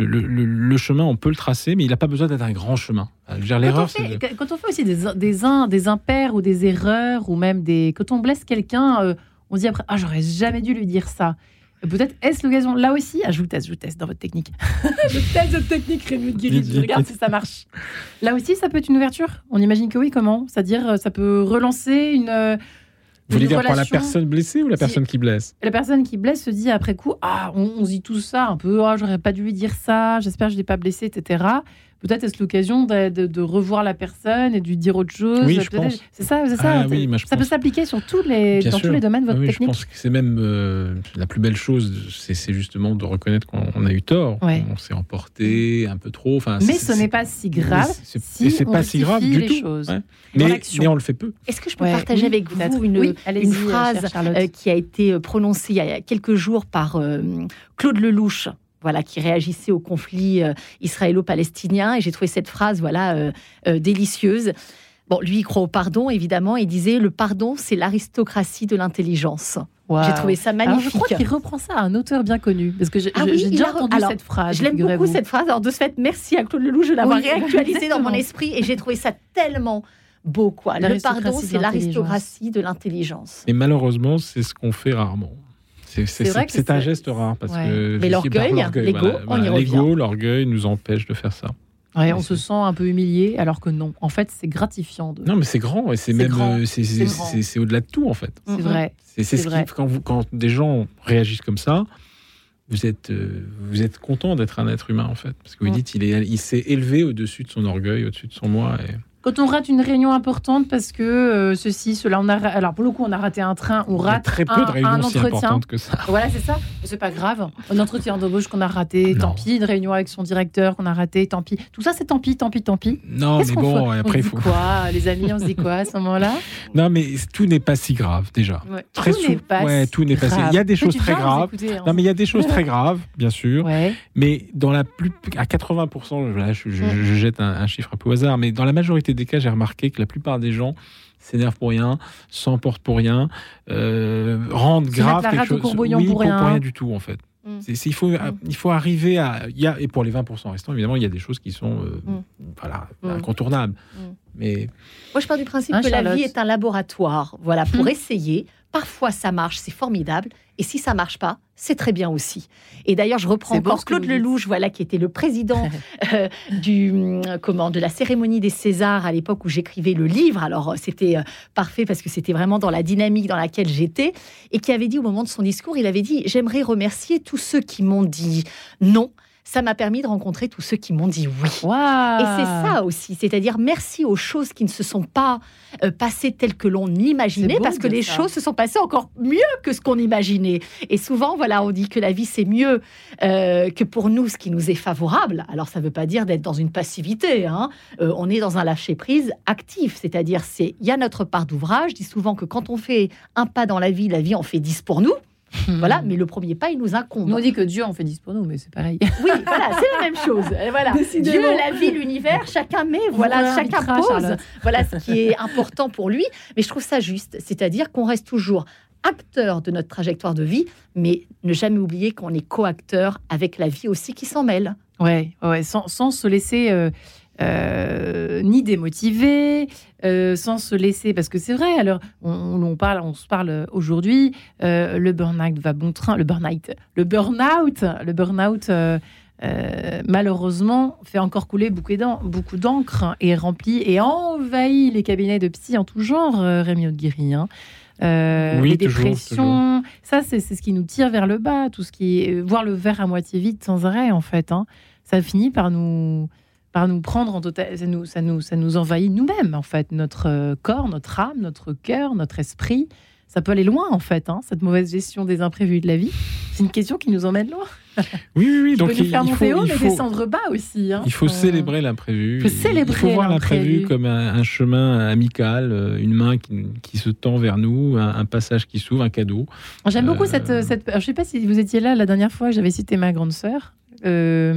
Le chemin, on peut le tracer, mais il n'a pas besoin d'être un grand chemin. Je veux dire, l'erreur, quand on fait aussi des impairs ou des erreurs, ou même quand on blesse quelqu'un, on se dit après, j'aurais jamais dû lui dire ça. Peut-être est-ce l'occasion, là aussi, je vous teste dans votre technique. Je teste votre technique, Rémi de Guéry, je regarde si ça marche. Là aussi, ça peut être une ouverture. On imagine que oui, comment ? C'est-à-dire, ça peut relancer une... Vous voulez dire pour la personne blessée ou la personne qui blesse ? La personne qui blesse se dit après coup, on se dit tout ça un peu, j'aurais pas dû lui dire ça, j'espère que je l'ai pas blessé, etc. Peut-être est-ce l'occasion de revoir la personne et de lui dire autre chose. Oui, je pense. C'est ça. Oui, ça peut s'appliquer sur tous les domaines de votre technique. Je pense que c'est même la plus belle chose, c'est justement de reconnaître qu'on a eu tort, on s'est emporté un peu trop. Mais ce n'est pas si grave. C'est pas si grave du tout. Ouais. Mais on le fait peu. Est-ce que je peux partager avec vous une phrase qui a été prononcée il y a quelques jours par Claude Lelouch, qui réagissait au conflit israélo-palestinien, et j'ai trouvé cette phrase délicieuse. Bon, lui, il croit au pardon, évidemment, et disait « Le pardon, c'est l'aristocratie de l'intelligence ». Wow. J'ai trouvé ça magnifique. Alors, je crois qu'il reprend ça à un auteur bien connu, parce que j'ai déjà entendu cette phrase. Je l'aime beaucoup, cette phrase. Alors, de ce fait, merci à Claude Lelouch de l'avoir réactualisée dans mon esprit, et j'ai trouvé ça tellement beau. Le pardon, c'est l'aristocratie de l'intelligence. Et malheureusement, c'est ce qu'on fait rarement. C'est un geste rare, parce que... Mais l'orgueil, l'ego, on y revient. L'orgueil nous empêche de faire ça. Ouais, on se sent un peu humilié, alors que non. En fait, c'est gratifiant. Non, mais c'est grand, et c'est au-delà de tout, en fait. C'est vrai. C'est vrai. Quand des gens réagissent comme ça, vous êtes content d'être un être humain, en fait. Parce que vous dites, il s'est élevé au-dessus de son orgueil, au-dessus de son moi. Quand on rate une réunion importante parce que cela, alors pour le coup, on a raté un train, on rate très peu de réunions si importantes que ça. Voilà, c'est ça. C'est pas grave. Un entretien d'embauche qu'on a raté, tant pis. Une réunion avec son directeur qu'on a raté, tant pis. Tout ça, c'est tant pis. Non, mais bon, après, il faut. Quoi, les amis, on se dit quoi à ce moment-là ? Non, mais tout n'est pas si grave déjà. Ouais. Tout n'est pas si grave. Il y a des choses très graves. Non, mais il y a des choses très graves, bien sûr. Ouais. Mais à 80%, je jette un chiffre un peu au hasard, mais dans la majorité des cas, j'ai remarqué que la plupart des gens s'énervent pour rien, s'emportent pour rien, rendent grave quelque chose. Pour rien du tout, en fait. Il faut arriver à... et pour les 20% restants, évidemment, il y a des choses qui sont incontournables. Mais... Moi, je pars du principe que la vie est un laboratoire. Pour essayer. Parfois, ça marche, c'est formidable. Et si ça marche pas, c'est très bien aussi. Et d'ailleurs, je reprends encore Claude Lelouch, qui était le président de la cérémonie des Césars à l'époque où j'écrivais le livre. Alors, c'était parfait parce que c'était vraiment dans la dynamique dans laquelle j'étais. Et qui avait dit au moment de son discours, il avait dit « J'aimerais remercier tous ceux qui m'ont dit non ». Ça m'a permis de rencontrer tous ceux qui m'ont dit oui. Wow. Et c'est ça aussi, c'est-à-dire merci aux choses qui ne se sont pas passées telles que l'on imaginait, parce que les choses se sont passées encore mieux que ce qu'on imaginait. Et souvent, on dit que la vie, c'est mieux que pour nous, ce qui nous est favorable. Alors, ça ne veut pas dire d'être dans une passivité. On est dans un lâcher-prise actif, c'est-à-dire il y a notre part d'ouvrage. Je dis souvent que quand on fait un pas dans la vie en fait 10 pour nous. Mais le premier pas, il nous incombe. Nous, on dit que Dieu en fait 10 pour nous, mais c'est pareil. Oui, c'est la même chose. Dieu, la vie, l'univers, chacun met, chacun pose. Charlotte. Voilà ce qui est important pour lui. Mais je trouve ça juste. C'est-à-dire qu'on reste toujours acteur de notre trajectoire de vie, mais ne jamais oublier qu'on est co-acteur avec la vie aussi qui s'en mêle. Ouais, sans se laisser... ni démotiver, sans se laisser, parce que c'est vrai. Alors on se parle aujourd'hui. Le burn-out va bon train. Le burn-out, malheureusement, fait encore couler beaucoup d'encre et remplit et envahit les cabinets de psy en tout genre. Rémi de Guéry. Les dépressions, toujours. Ça c'est ce qui nous tire vers le bas. Tout ce qui est voir le verre à moitié vide sans arrêt, en fait. Ça finit par nous prendre en total, ça nous envahit nous-mêmes, en fait, notre corps, notre âme, notre cœur, notre esprit. Ça peut aller loin, en fait, cette mauvaise gestion des imprévus de la vie. C'est une question qui nous emmène loin. Oui. Donc il faut monter haut, mais descendre bas aussi. Il faut célébrer l'imprévu. Il faut voir l'imprévu comme un chemin amical, une main qui se tend vers nous, un passage qui s'ouvre, un cadeau. J'aime beaucoup cette. Je ne sais pas si vous étiez là la dernière fois, j'avais cité ma grande sœur.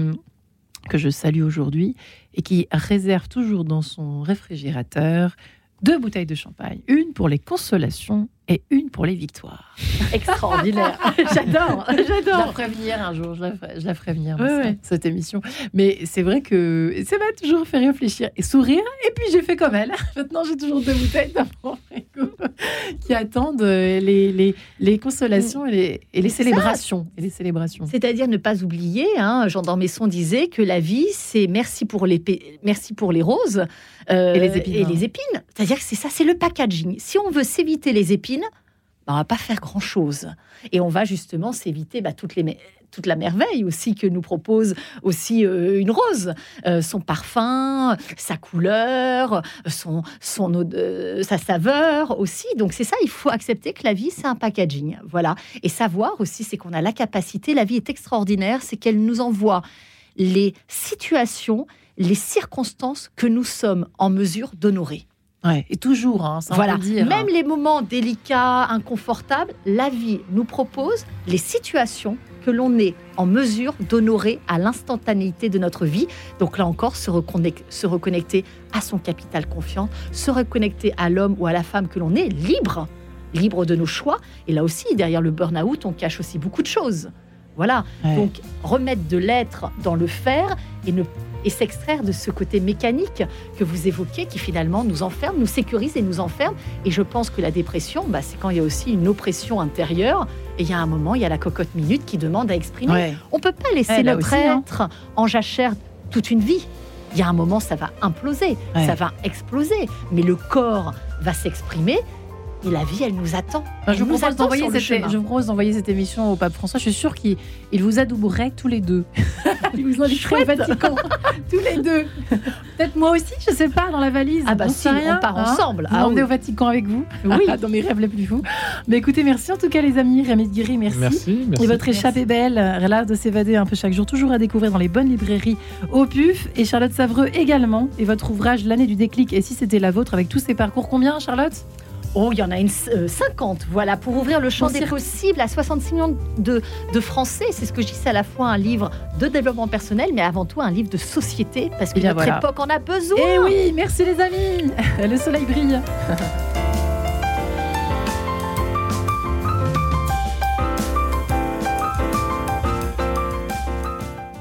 Que je salue aujourd'hui, et qui réserve toujours dans son réfrigérateur 2 bouteilles de champagne, une pour les consolations et une pour les victoires. Extraordinaire. J'adore. Je la ferai venir un jour, je la ferai venir cette émission. Mais c'est vrai que ça m'a toujours fait réfléchir et sourire. Et puis j'ai fait comme elle. Maintenant j'ai toujours 2 bouteilles dans mon frigo qui attendent les consolations et les célébrations. C'est-à-dire ne pas oublier, Jean d'Ormesson disait que la vie, c'est merci pour les roses et les épines. C'est-à-dire que c'est le packaging. Si on veut s'éviter les épines, on va pas faire grand-chose. Et on va justement s'éviter toute la merveille aussi que nous propose aussi une rose. Son parfum, sa couleur, sa saveur aussi. Donc c'est ça, il faut accepter que la vie, c'est un packaging. Voilà. Et savoir aussi, c'est qu'on a la capacité, la vie est extraordinaire, c'est qu'elle nous envoie les situations, les circonstances que nous sommes en mesure d'honorer. Ouais, et toujours, ça voilà. On peut dire. Même les moments délicats, inconfortables, la vie nous propose les situations que l'on est en mesure d'honorer à l'instantanéité de notre vie. Donc là encore, se reconnecter à son capital confiance, se reconnecter à l'homme ou à la femme que l'on est, libre de nos choix. Et là aussi, derrière le burn-out, on cache aussi beaucoup de choses. Voilà, donc remettre de l'être dans le faire et s'extraire de ce côté mécanique que vous évoquez, qui finalement nous enferme, nous sécurise et nous enferme. Et je pense que la dépression, c'est quand il y a aussi une oppression intérieure. Et il y a un moment, il y a la cocotte minute qui demande à exprimer. Ouais. On ne peut pas laisser notre être en jachère toute une vie. Il y a un moment, ça va imploser, ça va exploser. Mais le corps va s'exprimer. Et la vie, elle nous attend. Je vous propose d'envoyer cette émission au pape François. Je suis sûre qu'il vous adouberait tous les deux. Il vous inviterait au Vatican. Tous les deux. Peut-être moi aussi, je ne sais pas, dans la valise. Ah bah si, on part ensemble. Vous emmenez au Vatican avec vous. Oui. Dans mes rêves les plus fous. Mais écoutez, merci en tout cas les amis. Rémi de Guéry, merci. Et votre échappe est belle. L'art de s'évader un peu chaque jour. Toujours à découvrir dans les bonnes librairies au PUF. Et Charlotte Savreux également. Et votre ouvrage, L'année du déclic. Et si c'était la vôtre, avec tous ces parcours, combien, Charlotte ? Oh, il y en a 50, voilà, pour ouvrir le champ des possibles à 66 millions de Français. C'est ce que je dis, c'est à la fois un livre de développement personnel, mais avant tout un livre de société, parce que notre époque en a besoin. Eh oui, merci les amis, le soleil brille.